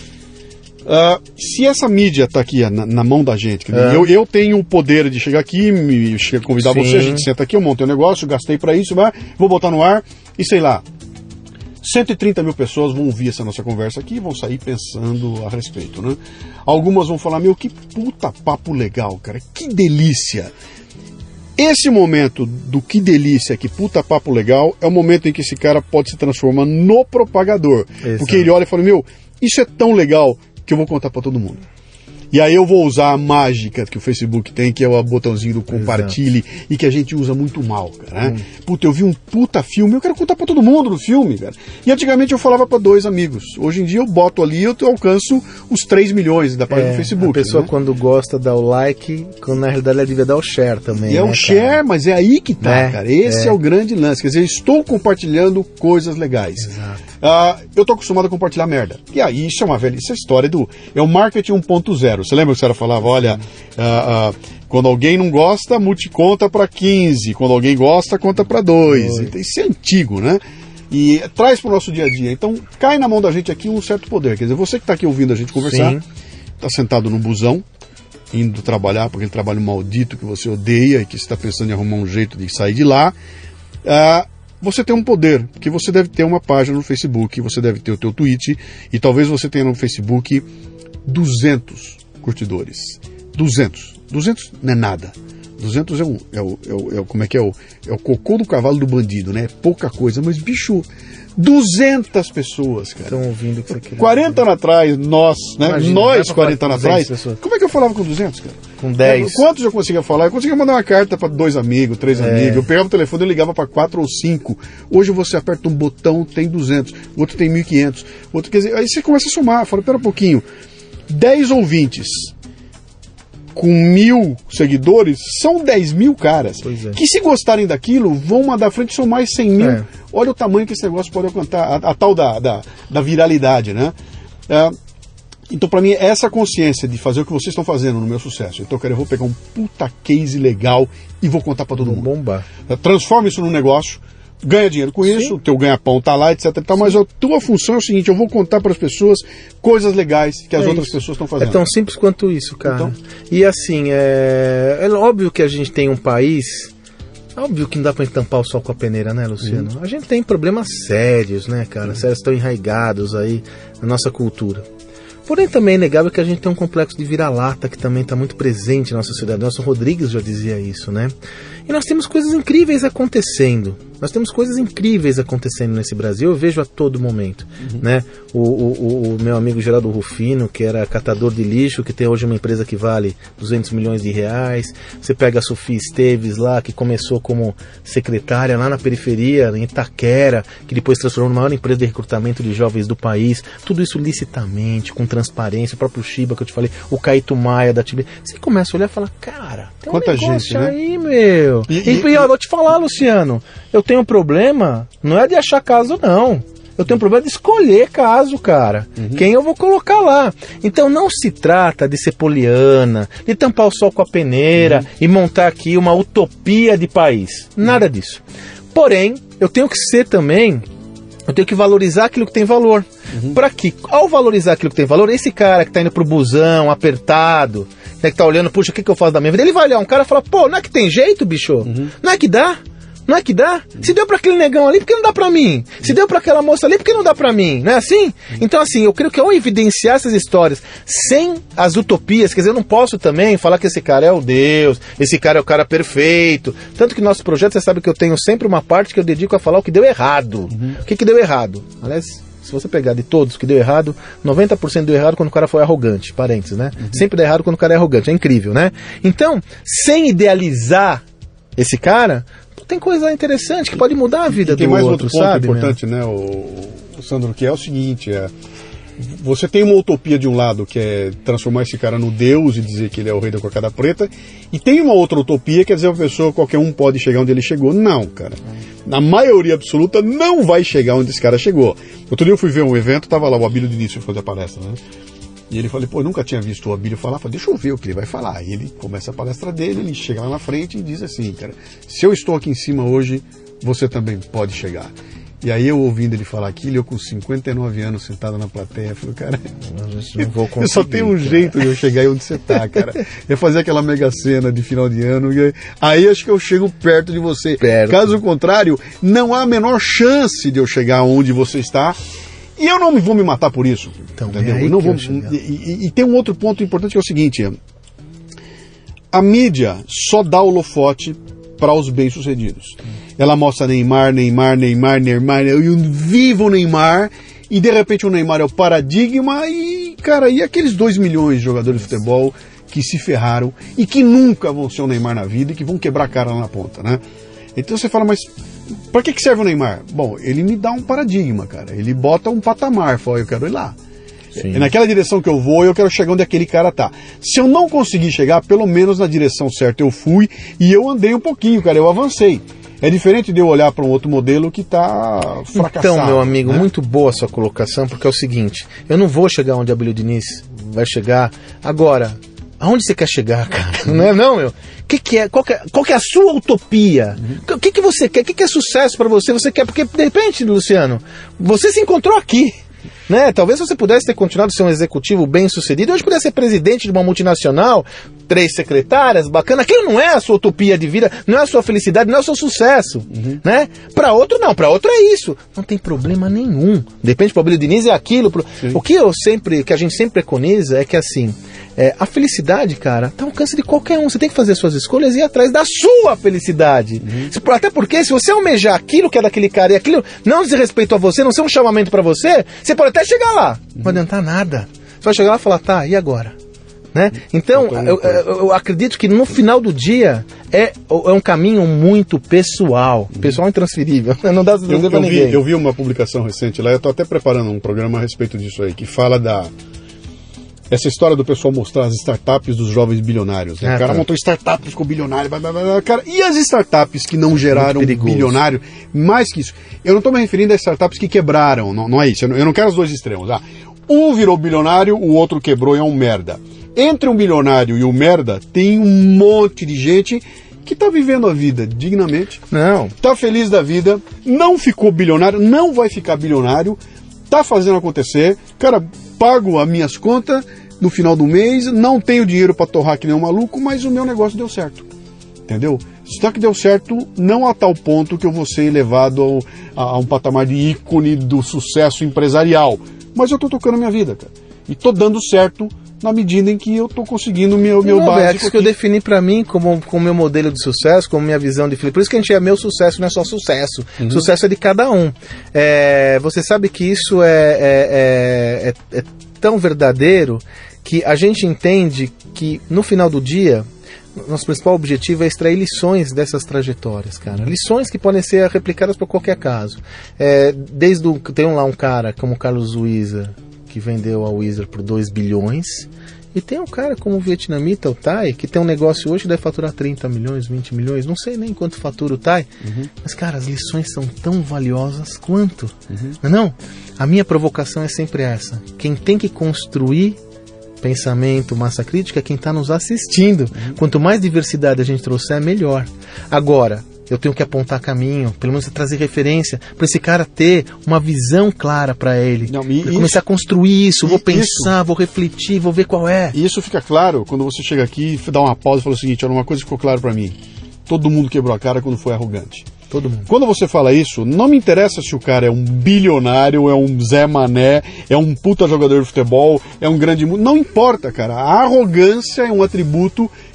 Se essa mídia está aqui na mão da gente, eu tenho o poder de chegar aqui, convidar você, a gente senta aqui, eu montei um negócio, gastei para isso, vou botar no ar e sei lá. 130 mil pessoas vão ouvir essa nossa conversa aqui e vão sair pensando a respeito, né? Algumas vão falar, meu, que puta papo legal, cara, que delícia. Esse momento do que delícia, que puta papo legal, é o momento em que esse cara pode se transformar no propagador. Exato. Porque ele olha e fala, meu, isso é tão legal que eu vou contar para todo mundo. E aí eu vou usar a mágica que o Facebook tem, que é o botãozinho do compartilhe, e que a gente usa muito mal, cara, né? Puta, eu vi um puta filme, eu quero contar pra todo mundo no filme, cara. E antigamente eu falava pra 2 amigos. Hoje em dia eu boto ali, eu alcanço os 3 milhões da página do Facebook. A pessoa, né? Quando gosta, dá o like, quando na realidade ela devia dar o share também. E é o share, mas é aí que tá, cara. Esse é o grande lance. Quer dizer, eu estou compartilhando coisas legais. Exato. Eu tô acostumado a compartilhar merda. E aí, isso é uma velha, isso é a história é o marketing 1.0. Você lembra que o cara falava, olha, quando alguém não gosta, conta para 15. Quando alguém gosta, conta para 2. Então, isso é antigo, né? E traz para o nosso dia a dia. Então, cai na mão da gente aqui um certo poder. Quer dizer, você que está aqui ouvindo a gente conversar, está sentado num busão, indo trabalhar, porque ele trabalho maldito que você odeia e que você está pensando em arrumar um jeito de sair de lá, você tem um poder, porque você deve ter uma página no Facebook, você deve ter o teu tweet, e talvez você tenha no Facebook 200 curtidores. 200 não é nada. 200 como é que é o cocô do cavalo do bandido, né? É pouca coisa, mas bicho, 200 pessoas, cara. Estão ouvindo o que você quer. 40 anos atrás, nós, 40 anos atrás, como é que eu falava com 200, cara? Com 10. Quantos eu conseguia falar? Eu conseguia mandar uma carta para 2 amigos, 3 amigos. Eu pegava o telefone e ligava para 4 ou 5. Hoje você aperta um botão, tem 200. O outro tem 1.500. Outro, quer dizer, aí você começa a somar. Fala, pera um pouquinho. 10 ouvintes com 1.000 seguidores são 10 mil caras. Que se gostarem daquilo, vão mandar à frente, são mais 100 mil. Olha o tamanho que esse negócio pode alcançar. A tal da viralidade, né? Então, para mim, essa consciência de fazer o que vocês estão fazendo no meu sucesso. Então, eu vou pegar um puta case legal e vou contar para todo mundo. Bombar. Transforma isso num negócio, ganha dinheiro com isso, o teu ganha-pão tá lá, etc. Mas a tua função é o seguinte, eu vou contar para as pessoas coisas legais que as outras pessoas estão fazendo. É tão simples quanto isso, cara. Então, e assim, é óbvio que a gente tem um país... Óbvio que não dá pra tampar o sol com a peneira, né, Luciano? A gente tem problemas sérios, né, cara? Sérios, estão enraigados aí na nossa cultura. Porém, também é inegável que a gente tem um complexo de vira-lata que também está muito presente na nossa sociedade. Nelson Rodrigues já dizia isso, né? E nós temos coisas incríveis acontecendo. Nós temos coisas incríveis acontecendo nesse Brasil, eu vejo a todo momento, né? O meu amigo Geraldo Rufino, que era catador de lixo, que tem hoje uma empresa que vale 200 milhões de reais. Você pega a Sofia Esteves lá, que começou como secretária lá na periferia, em Itaquera, que depois se transformou na maior empresa de recrutamento de jovens do país. Tudo isso licitamente, com transparência. O próprio Shiba, que eu te falei, o Caíto Maia da Tibi. Você começa a olhar e fala, cara, tem quanta negócio gente, aí, né? Meu. E eu vou te falar, Luciano, eu tenho um problema, não é de achar caso, não. Eu tenho um problema de escolher caso, cara. Quem eu vou colocar lá. Então não se trata de ser poliana, de tampar o sol com a peneira e montar aqui uma utopia de país. Nada disso. Porém, eu tenho que ser também... Eu tenho que valorizar aquilo que tem valor. Para que, ao valorizar aquilo que tem valor, esse cara que tá indo pro busão, apertado, né, que tá olhando, puxa, o que eu faço da minha vida? Ele vai olhar um cara e falar, pô, não é que tem jeito, bicho? Não é que dá? Não é que dá? Se deu para aquele negão ali, por que não dá para mim? Se deu para aquela moça ali, por que não dá para mim? Não é assim? Então, assim, eu creio que ao evidenciar essas histórias sem as utopias, quer dizer, eu não posso também falar que esse cara é o Deus, esse cara é o cara perfeito. Tanto que nosso projeto, você sabe que eu tenho sempre uma parte que eu dedico a falar o que deu errado. O que deu errado? Aliás, Se você pegar de todos que deu errado, 90% deu errado quando o cara foi arrogante, parênteses, né? Sempre dá errado quando o cara é arrogante, é incrível, né? Então, sem idealizar esse cara, tem coisa interessante que pode mudar a vida do outro, tem mais outro ponto sabe, importante, né, o Sandro, que é o seguinte, você tem uma utopia de um lado, que é transformar esse cara no Deus e dizer que ele é o rei da cocada preta, e tem uma outra utopia, quer dizer, a pessoa, qualquer um pode chegar onde ele chegou. Não, cara. Na maioria absoluta, não vai chegar onde esse cara chegou. Outro dia eu fui ver um evento, tava lá o Abílio Diniz fazer a palestra, né? E ele falou, eu nunca tinha visto o Abílio falar. Falei, deixa eu ver o que ele vai falar. Aí ele começa a palestra dele, ele chega lá na frente e diz assim, cara, se eu estou aqui em cima hoje, você também pode chegar. E aí eu ouvindo ele falar aquilo, eu com 59 anos sentado na plateia, falei, cara, não vou conseguir, eu só tenho um jeito de eu chegar aí onde você tá, cara. É fazer aquela mega cena de final de ano, e aí acho que eu chego perto de você. Caso contrário, não há a menor chance de eu chegar onde você está, e eu não vou me matar por isso. Então, entendeu? Eu não vou, e tem um outro ponto importante que é o seguinte, a mídia só dá holofote para os bem-sucedidos. Ela mostra Neymar, e viva o Neymar, e de repente o Neymar é o paradigma, e, cara, e aqueles 2 milhões de jogadores de futebol que se ferraram, e que nunca vão ser o Neymar na vida, e que vão quebrar a cara lá na ponta, né? Então você fala, mas para que serve o Neymar? Bom, ele me dá um paradigma, cara, ele bota um patamar, fala, eu quero ir lá. Sim. É naquela direção que eu vou, eu quero chegar onde aquele cara tá. Se eu não conseguir chegar, pelo menos na direção certa eu fui, e eu andei um pouquinho, cara, eu avancei. É diferente de eu olhar para um outro modelo que está fracassado. Então, meu amigo, né? Muito boa a sua colocação, porque é o seguinte, eu não vou chegar onde a Abílio Diniz vai chegar. Agora, aonde você quer chegar, cara? Não é não, meu? Qual que é a sua utopia? O que você quer? O que é sucesso para você? Você quer, porque de repente, Luciano, você se encontrou aqui. Né? Talvez você pudesse ter continuado a ser um executivo bem sucedido, hoje pudesse ser presidente de uma multinacional, 3 secretárias, bacana. Aquilo não é a sua utopia de vida, não é a sua felicidade, não é o seu sucesso, né? Para outro não, para outro é isso. Não tem problema nenhum. Depende, para o Abílio Diniz é aquilo. O que a gente sempre preconiza é que assim, a felicidade, cara, está ao alcance de qualquer um. Você tem que fazer suas escolhas e ir atrás da sua felicidade. Até porque se você almejar aquilo que é daquele cara e aquilo não diz respeito a você, não ser um chamamento para você, você pode até chegar lá. Não vai adiantar nada. Você vai chegar lá e falar, tá, e agora? Né? Então, eu acredito que no final do dia é um caminho muito pessoal. Pessoal intransferível. Não dá pra dizer pra ninguém. Eu vi uma publicação recente lá, eu tô até preparando um programa a respeito disso aí, que fala essa história do pessoal mostrar as startups dos jovens bilionários. Né? O cara montou startup, ficou bilionário, cara, e as startups que não geraram bilionário, mais que isso. Eu não estou me referindo a startups que quebraram, não é isso. Eu não quero os dois extremos. Um virou bilionário, o outro quebrou e é um merda. Entre um bilionário e um merda, tem um monte de gente que está vivendo a vida dignamente, está feliz da vida, não ficou bilionário, não vai ficar bilionário, está fazendo acontecer, cara, pago as minhas contas no final do mês, não tenho dinheiro para torrar que nem um maluco, mas o meu negócio deu certo, entendeu? Só que deu certo não a tal ponto que eu vou ser elevado a um patamar de ícone do sucesso empresarial, mas eu estou tocando a minha vida, cara, e estou dando certo na medida em que eu estou conseguindo o meu básico. É isso que eu defini para mim como meu modelo de sucesso, como minha visão de filho. Por isso que a gente meu sucesso, não é só sucesso. Sucesso é de cada um. Você sabe que isso é tão verdadeiro que a gente entende que no final do dia nosso principal objetivo é extrair lições dessas trajetórias, cara. Lições que podem ser replicadas por qualquer caso. Tem lá um cara como o Carlos Wieser, que vendeu a Wieser por 2 bilhões, e tem um cara como o vietnamita, o Tai, que tem um negócio hoje que deve faturar 30 milhões, 20 milhões, não sei nem quanto fatura o Tai, mas, cara, as lições são tão valiosas quanto. Não? A minha provocação é sempre essa. Quem tem que construir pensamento, massa crítica, é quem está nos assistindo. Quanto mais diversidade a gente trouxer, melhor. Agora, eu tenho que apontar caminho, pelo menos trazer referência, para esse cara ter uma visão clara para ele. Começar a construir isso, vou pensar, vou refletir, vou ver qual é. E isso fica claro quando você chega aqui, dá uma pausa e fala o seguinte, olha, uma coisa ficou clara para mim. Todo mundo quebrou a cara quando foi arrogante. Todo mundo. Quando você fala isso, não me interessa se o cara é um bilionário, é um Zé Mané, é um puta jogador de futebol, é um grande... Não importa, cara. A arrogância é um atributo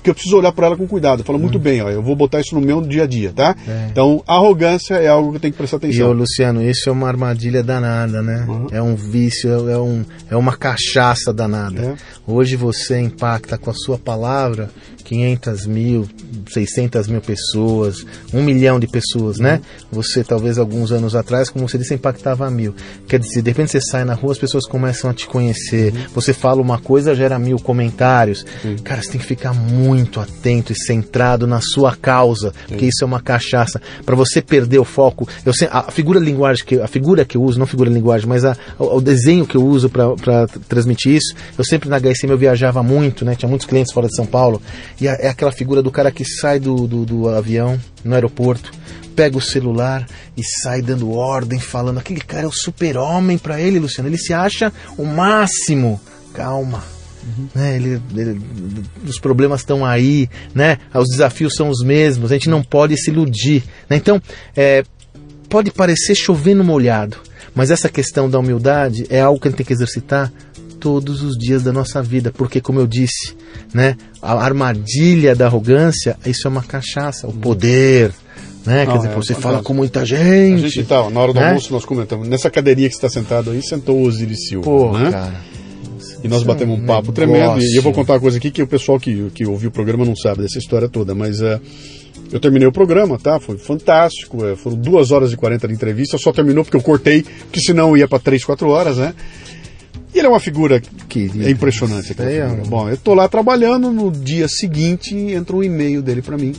porque eu preciso olhar para ela com cuidado. Fala, muito bem, ó, eu vou botar isso no meu dia a dia, tá? Então, arrogância é algo que eu tenho que prestar atenção. E, Luciano, isso é uma armadilha danada, né? É um vício, é uma cachaça danada. Hoje você impacta com a sua palavra 500 mil, 600 mil pessoas, 1 milhão de pessoas, né? Você, talvez, alguns anos atrás, como você disse, impactava 1000. Quer dizer, de repente você sai na rua, as pessoas começam a te conhecer. Você fala uma coisa, gera 1000 comentários. Cara, você tem que ficar muito atento e centrado na sua causa, porque isso é uma cachaça. Para você perder o foco, a figura de linguagem, a figura que eu uso, não figura de linguagem, mas o desenho que eu uso para transmitir isso, eu sempre na HSM eu viajava muito, né? Tinha muitos clientes fora de São Paulo. E é aquela figura do cara que sai do avião, no aeroporto, pega o celular e sai dando ordem, falando. Aquele cara é o super-homem para ele, Luciano. Ele se acha o máximo. Calma. Né? Os problemas estão aí, né? Os desafios são os mesmos. A gente não pode se iludir. Né? Então, pode parecer chover no molhado, mas essa questão da humildade é algo que a gente tem que exercitar todos os dias da nossa vida, porque, como eu disse, né, a armadilha da arrogância, isso é uma cachaça, o poder, né? Quer dizer, você fala com muita gente. A gente tá, na hora do almoço nós comentamos, nessa cadeirinha que você está sentado aí, sentou o Osiris Silva, né? Cara, e nós batemos um papo tremendo, e eu vou contar uma coisa aqui que o pessoal que ouviu o programa não sabe dessa história toda, mas eu terminei o programa, tá? Foi fantástico, foram 2 horas e 40 de entrevista, só terminou porque eu cortei, porque senão ia para 3, 4 horas, né? E ele é uma figura que é impressionante. Bom, eu tô lá trabalhando, no dia seguinte entrou um e-mail dele para mim,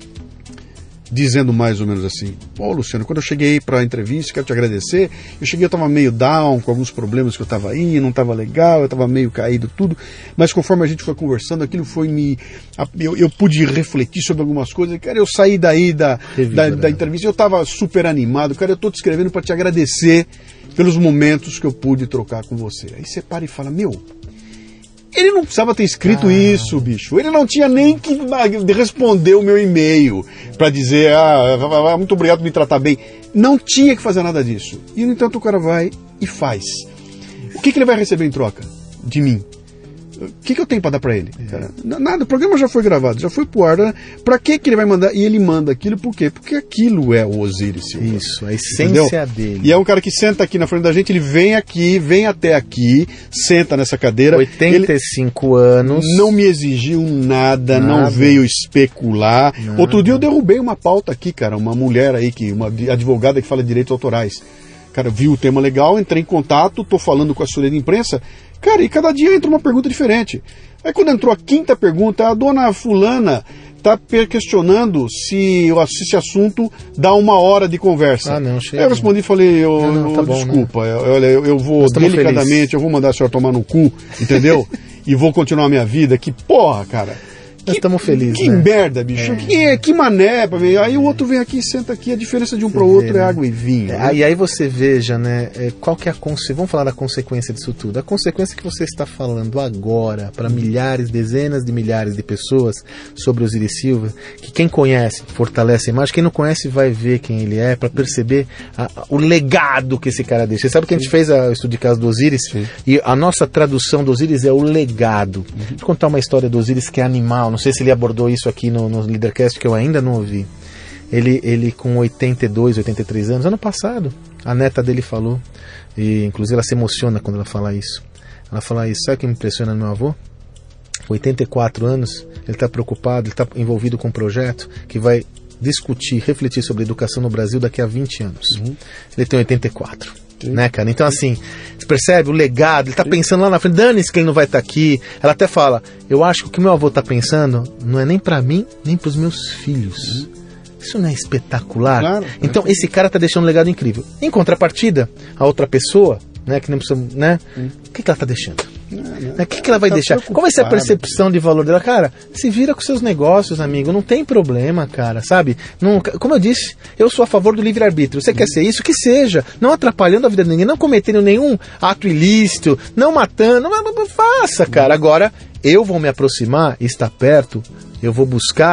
dizendo mais ou menos assim: pô, Luciano, quando eu cheguei para a entrevista, quero te agradecer, eu tava meio down, com alguns problemas que eu tava aí, não tava legal, eu tava meio caído, tudo, mas conforme a gente foi conversando, aquilo foi eu pude refletir sobre algumas coisas, cara, eu saí daí da entrevista, eu tava super animado, cara, eu tô te escrevendo para te agradecer pelos momentos que eu pude trocar com você. Aí você para e fala, ele não precisava ter escrito isso, bicho. Ele não tinha nem que responder o meu e-mail para dizer, muito obrigado por me tratar bem. Não tinha que fazer nada disso. E, no entanto, o cara vai e faz. O que ele vai receber em troca de mim? O que eu tenho para dar para ele? Cara? Nada, o programa já foi gravado, já foi pro ar. Né? Para que ele vai mandar? E ele manda aquilo por quê? Porque aquilo é o Osiris Silva. Isso, a essência dele. E é um cara que senta aqui na frente da gente, ele vem até aqui, senta nessa cadeira. 85 anos. Não me exigiu nada, não veio especular. Nada. Outro dia eu derrubei uma pauta aqui, cara, uma mulher aí, uma advogada que fala de direitos autorais. Cara, viu o tema legal, entrei em contato, tô falando com a assessoria de imprensa. Cara, e cada dia entra uma pergunta diferente. Aí quando entrou a 5ª pergunta, a dona fulana está questionando se esse assunto dá 1 hora de conversa. Não, chega. Aí eu respondi e falei, tá bom, desculpa, né? Olha, eu vou delicadamente, eu vou mandar a senhora tomar no cu, entendeu? E vou continuar a minha vida. Que porra, cara. Nós estamos felizes, que merda, bicho. Que mané pra ver. Aí o outro vem aqui e senta aqui. A diferença de um para o outro é água e vinho. Né? E aí você veja, né? Qual que é vamos falar da consequência disso tudo. A consequência que você está falando agora para milhares, dezenas de milhares de pessoas sobre o Osiris Silva, que quem conhece fortalece a imagem, quem não conhece vai ver quem ele é para perceber o legado que esse cara deixa. Você sabe que a gente fez o estudo de caso do Osiris? E a nossa tradução do Osiris é o legado. Deixa eu contar uma história do Osiris que é animal. Não sei se ele abordou isso aqui no Leadercast, que eu ainda não ouvi. Ele com 82, 83 anos, ano passado, a neta dele falou, e inclusive ela se emociona quando ela fala isso. Ela fala isso, sabe o que me impressiona no meu avô? 84 anos, ele está preocupado, ele está envolvido com um projeto que vai discutir, refletir sobre educação no Brasil daqui a 20 anos. Ele tem 84. Né, cara? Então, assim, você percebe o legado, ele tá pensando lá na frente, dane-se que ele não vai estar aqui. Ela até fala, eu acho que o que meu avô tá pensando não é nem pra mim, nem pros meus filhos. Isso não é espetacular? Claro, então, esse cara tá deixando um legado incrível. Em contrapartida, a outra pessoa, né, que nem precisa, né? O que ela tá deixando? O que ela vai deixar? Qual vai ser a percepção de valor dela? Cara, se vira com seus negócios, amigo. Não tem problema, cara, sabe? Não, como eu disse, eu sou a favor do livre-arbítrio. Você quer ser isso? Que seja. Não atrapalhando a vida de ninguém, não cometendo nenhum ato ilícito, não matando. Não faça, cara. Agora, eu vou me aproximar, estar perto, eu vou buscar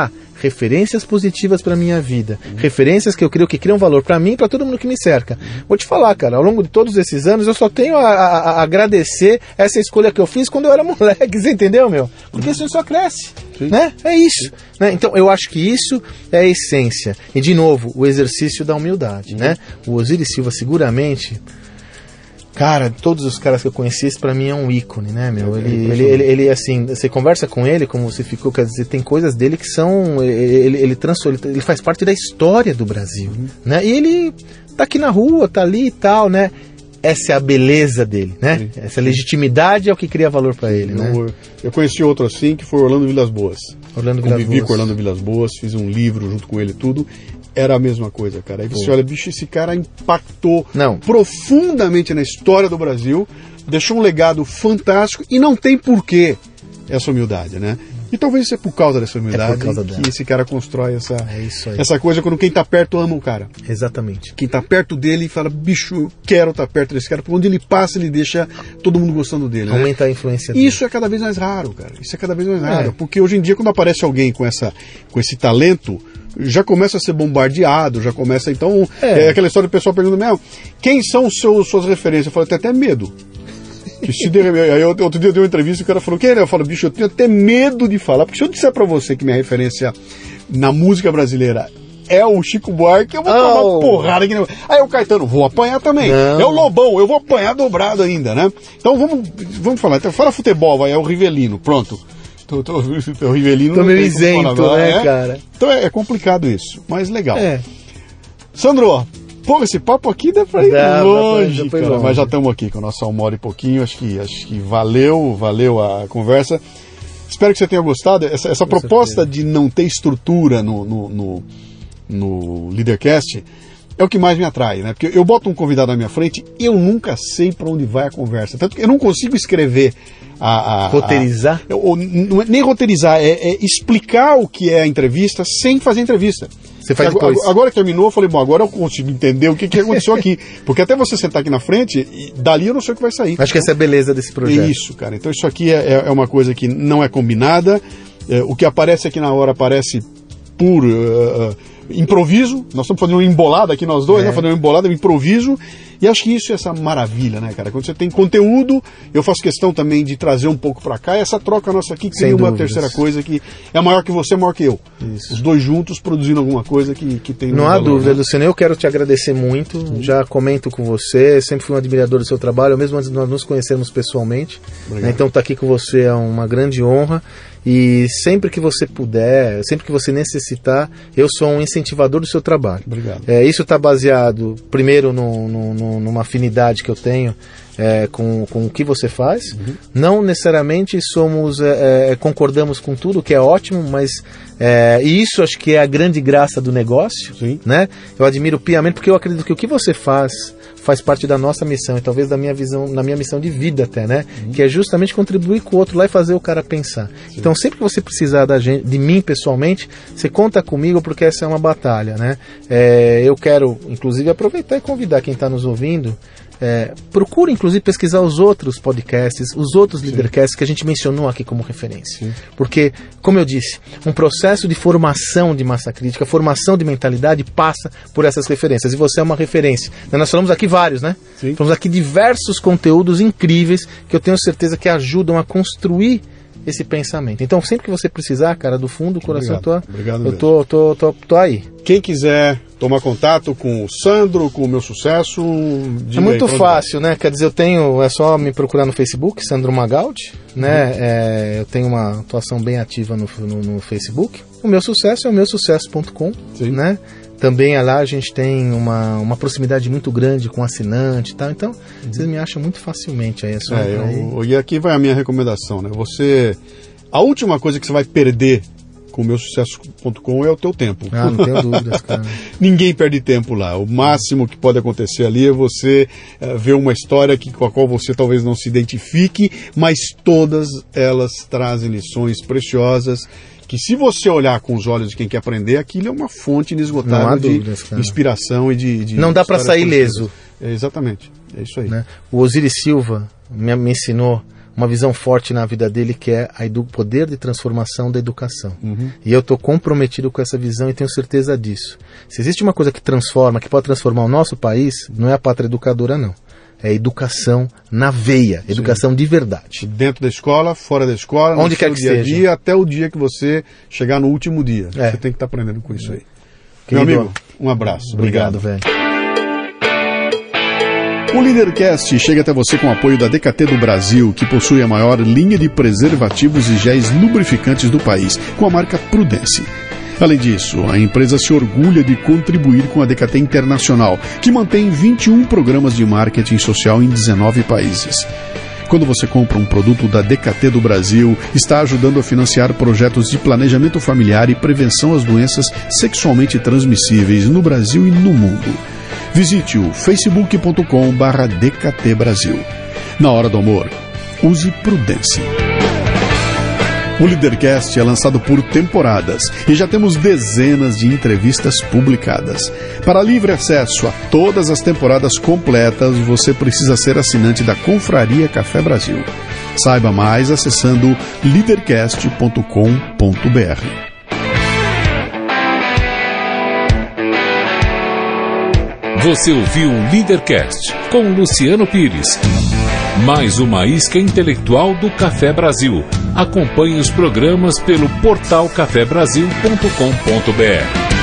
referências positivas para minha vida, referências que eu creio que criam valor para mim e para todo mundo que me cerca. Vou te falar, cara, ao longo de todos esses anos eu só tenho a agradecer essa escolha que eu fiz quando eu era moleque, você entendeu, meu? Porque isso só cresce, né? É isso, né? Então eu acho que isso é a essência. E de novo, o exercício da humildade, né? O Osiris Silva seguramente... Cara, todos os caras que eu conheci, esse pra mim é um ícone, né, meu? Ele assim, você conversa com ele, como você ficou, quer dizer, tem coisas dele que são... Ele faz parte da história do Brasil, né? E ele tá aqui na rua, tá ali e tal, né? Essa é a beleza dele, né? Essa legitimidade é o que cria valor pra ele, né? Eu conheci outro assim, que foi Orlando Vilas Boas. Convivi com Orlando Vilas Boas, fiz um livro junto com ele e tudo. Era a mesma coisa, cara. Aí você olha, bicho, esse cara impactou profundamente na história do Brasil, deixou um legado fantástico e não tem porquê essa humildade, né? E talvez seja por causa dessa humildade que esse cara constrói essa coisa quando quem tá perto ama o cara. Exatamente. Quem tá perto dele fala, bicho, eu quero estar perto desse cara, porque onde ele passa ele deixa todo mundo gostando dele. Aumenta a influência dele. Isso é cada vez mais raro, cara. Isso é cada vez mais raro. Porque hoje em dia, quando aparece alguém com esse talento, já começa a ser bombardeado, já começa, então... É aquela história do pessoal perguntando, quem são suas referências? Eu falo, tem até medo. Aí outro dia eu dei uma entrevista e o cara falou, quem é? Eu falo, bicho, eu tenho até medo de falar, porque se eu disser pra você que minha referência na música brasileira é o Chico Buarque, eu vou tomar uma porrada aqui. Aí o Caetano, vou apanhar também. Não. É o Lobão, eu vou apanhar dobrado ainda, né? Então vamos falar. Então, fala futebol, vai, é o Rivelino, pronto. O Rivelino tô meio isento, né, cara? Então é complicado isso, mas legal. Sandro, pô, esse papo aqui dá pra ir longe, cara, mas já estamos aqui com a nossa 1 hora e pouquinho, acho que valeu a conversa. Espero que você tenha gostado. Essa proposta de não ter estrutura no Leadercast é o que mais me atrai, né? Porque eu boto um convidado na minha frente e eu nunca sei para onde vai a conversa. Tanto que eu não consigo escrever roteirizar? Nem roteirizar, é explicar o que é a entrevista sem fazer entrevista. Você faz depois. Agora que terminou, eu falei, bom, agora eu consigo entender o que aconteceu aqui. Porque até você sentar aqui na frente, dali eu não sei o que vai sair. Acho que essa é a beleza desse projeto. É isso, cara. Então isso aqui é uma coisa que não é combinada. O que aparece aqui na hora aparece por improviso. Nós estamos fazendo uma embolada aqui nós dois, né? Fazendo uma embolada, um improviso. E acho que isso é essa maravilha, né, cara? Quando você tem conteúdo, eu faço questão também de trazer um pouco pra cá. E essa troca nossa aqui cria uma terceira coisa que é maior que você, maior que eu. Isso. Os dois juntos produzindo alguma coisa que tem... Não há dúvida, né? Luciano, eu quero te agradecer muito. Já comento com você, sempre fui um admirador do seu trabalho, mesmo antes de nós nos conhecermos pessoalmente. Né? Então estar aqui com você é uma grande honra. E sempre que você puder, sempre que você necessitar, eu sou um incentivador do seu trabalho. Obrigado. Isso está baseado, primeiro, numa afinidade que eu tenho com o que você faz. Não necessariamente concordamos com tudo, que é ótimo, mas e isso acho que é a grande graça do negócio. Sim. Né? Eu admiro piamente, porque eu acredito que o que você faz parte da nossa missão, e talvez da minha visão, na minha missão de vida até, né? Que é justamente contribuir com o outro lá e fazer o cara pensar. Sim. Então sempre que você precisar de mim pessoalmente, você conta comigo, porque essa é uma batalha, né? Eu quero, inclusive, aproveitar e convidar quem está nos ouvindo, procure inclusive pesquisar os outros podcasts, os outros Leadercasts que a gente mencionou aqui como referência. Sim. Porque, como eu disse, um processo de formação de massa crítica, formação de mentalidade passa por essas referências. E você é uma referência. Nós falamos aqui vários, né? Sim. Falamos aqui diversos conteúdos incríveis que eu tenho certeza que ajudam a construir esse pensamento. Então, sempre que você precisar, cara, do fundo do coração, eu tô aí. Quem quiser tomar contato com o Sandro, com o Meu Sucesso... É muito fácil, né? Quer dizer, é só me procurar no Facebook, Sandro Magaldi, né? Eu tenho uma atuação bem ativa no Facebook. O Meu Sucesso é o meusucesso.com, né? Também lá a gente tem uma proximidade muito grande com assinante e tal, então vocês me acham muito facilmente aí. E aqui vai a minha recomendação, né? A última coisa que você vai perder com o meusucesso.com é o teu tempo. Não tenho dúvidas, cara. Ninguém perde tempo lá. O máximo que pode acontecer ali é você ver uma história com a qual você talvez não se identifique, mas todas elas trazem lições preciosas que, se você olhar com os olhos de quem quer aprender, aquilo é uma fonte inesgotável de inspiração e de não dá para sair leso. Exatamente, é isso aí. Né? O Osiris Silva me ensinou uma visão forte na vida dele, que é o poder de transformação da educação. E eu estou comprometido com essa visão e tenho certeza disso. Se existe uma coisa que transforma, que pode transformar o nosso país, não é a pátria educadora, não. É educação na veia, educação de verdade. Dentro da escola, fora da escola, onde quer que dia a seja. dia, até o dia que você chegar no último dia. Você tem que estar aprendendo com isso aí. Querido, meu amigo, um abraço. Obrigado, velho. O Leadercast chega até você com o apoio da DKT do Brasil, que possui a maior linha de preservativos e géis lubrificantes do país, com a marca Prudence. Além disso, a empresa se orgulha de contribuir com a DKT Internacional, que mantém 21 programas de marketing social em 19 países. Quando você compra um produto da DKT do Brasil, está ajudando a financiar projetos de planejamento familiar e prevenção às doenças sexualmente transmissíveis no Brasil e no mundo. Visite o facebook.com/DKT Brasil. Na hora do amor, use Prudence. O Leadercast é lançado por temporadas e já temos dezenas de entrevistas publicadas. Para livre acesso a todas as temporadas completas, você precisa ser assinante da Confraria Café Brasil. Saiba mais acessando leadercast.com.br. Você ouviu o Leadercast com Luciano Pires. Mais uma isca intelectual do Café Brasil. Acompanhe os programas pelo portal cafebrasil.com.br.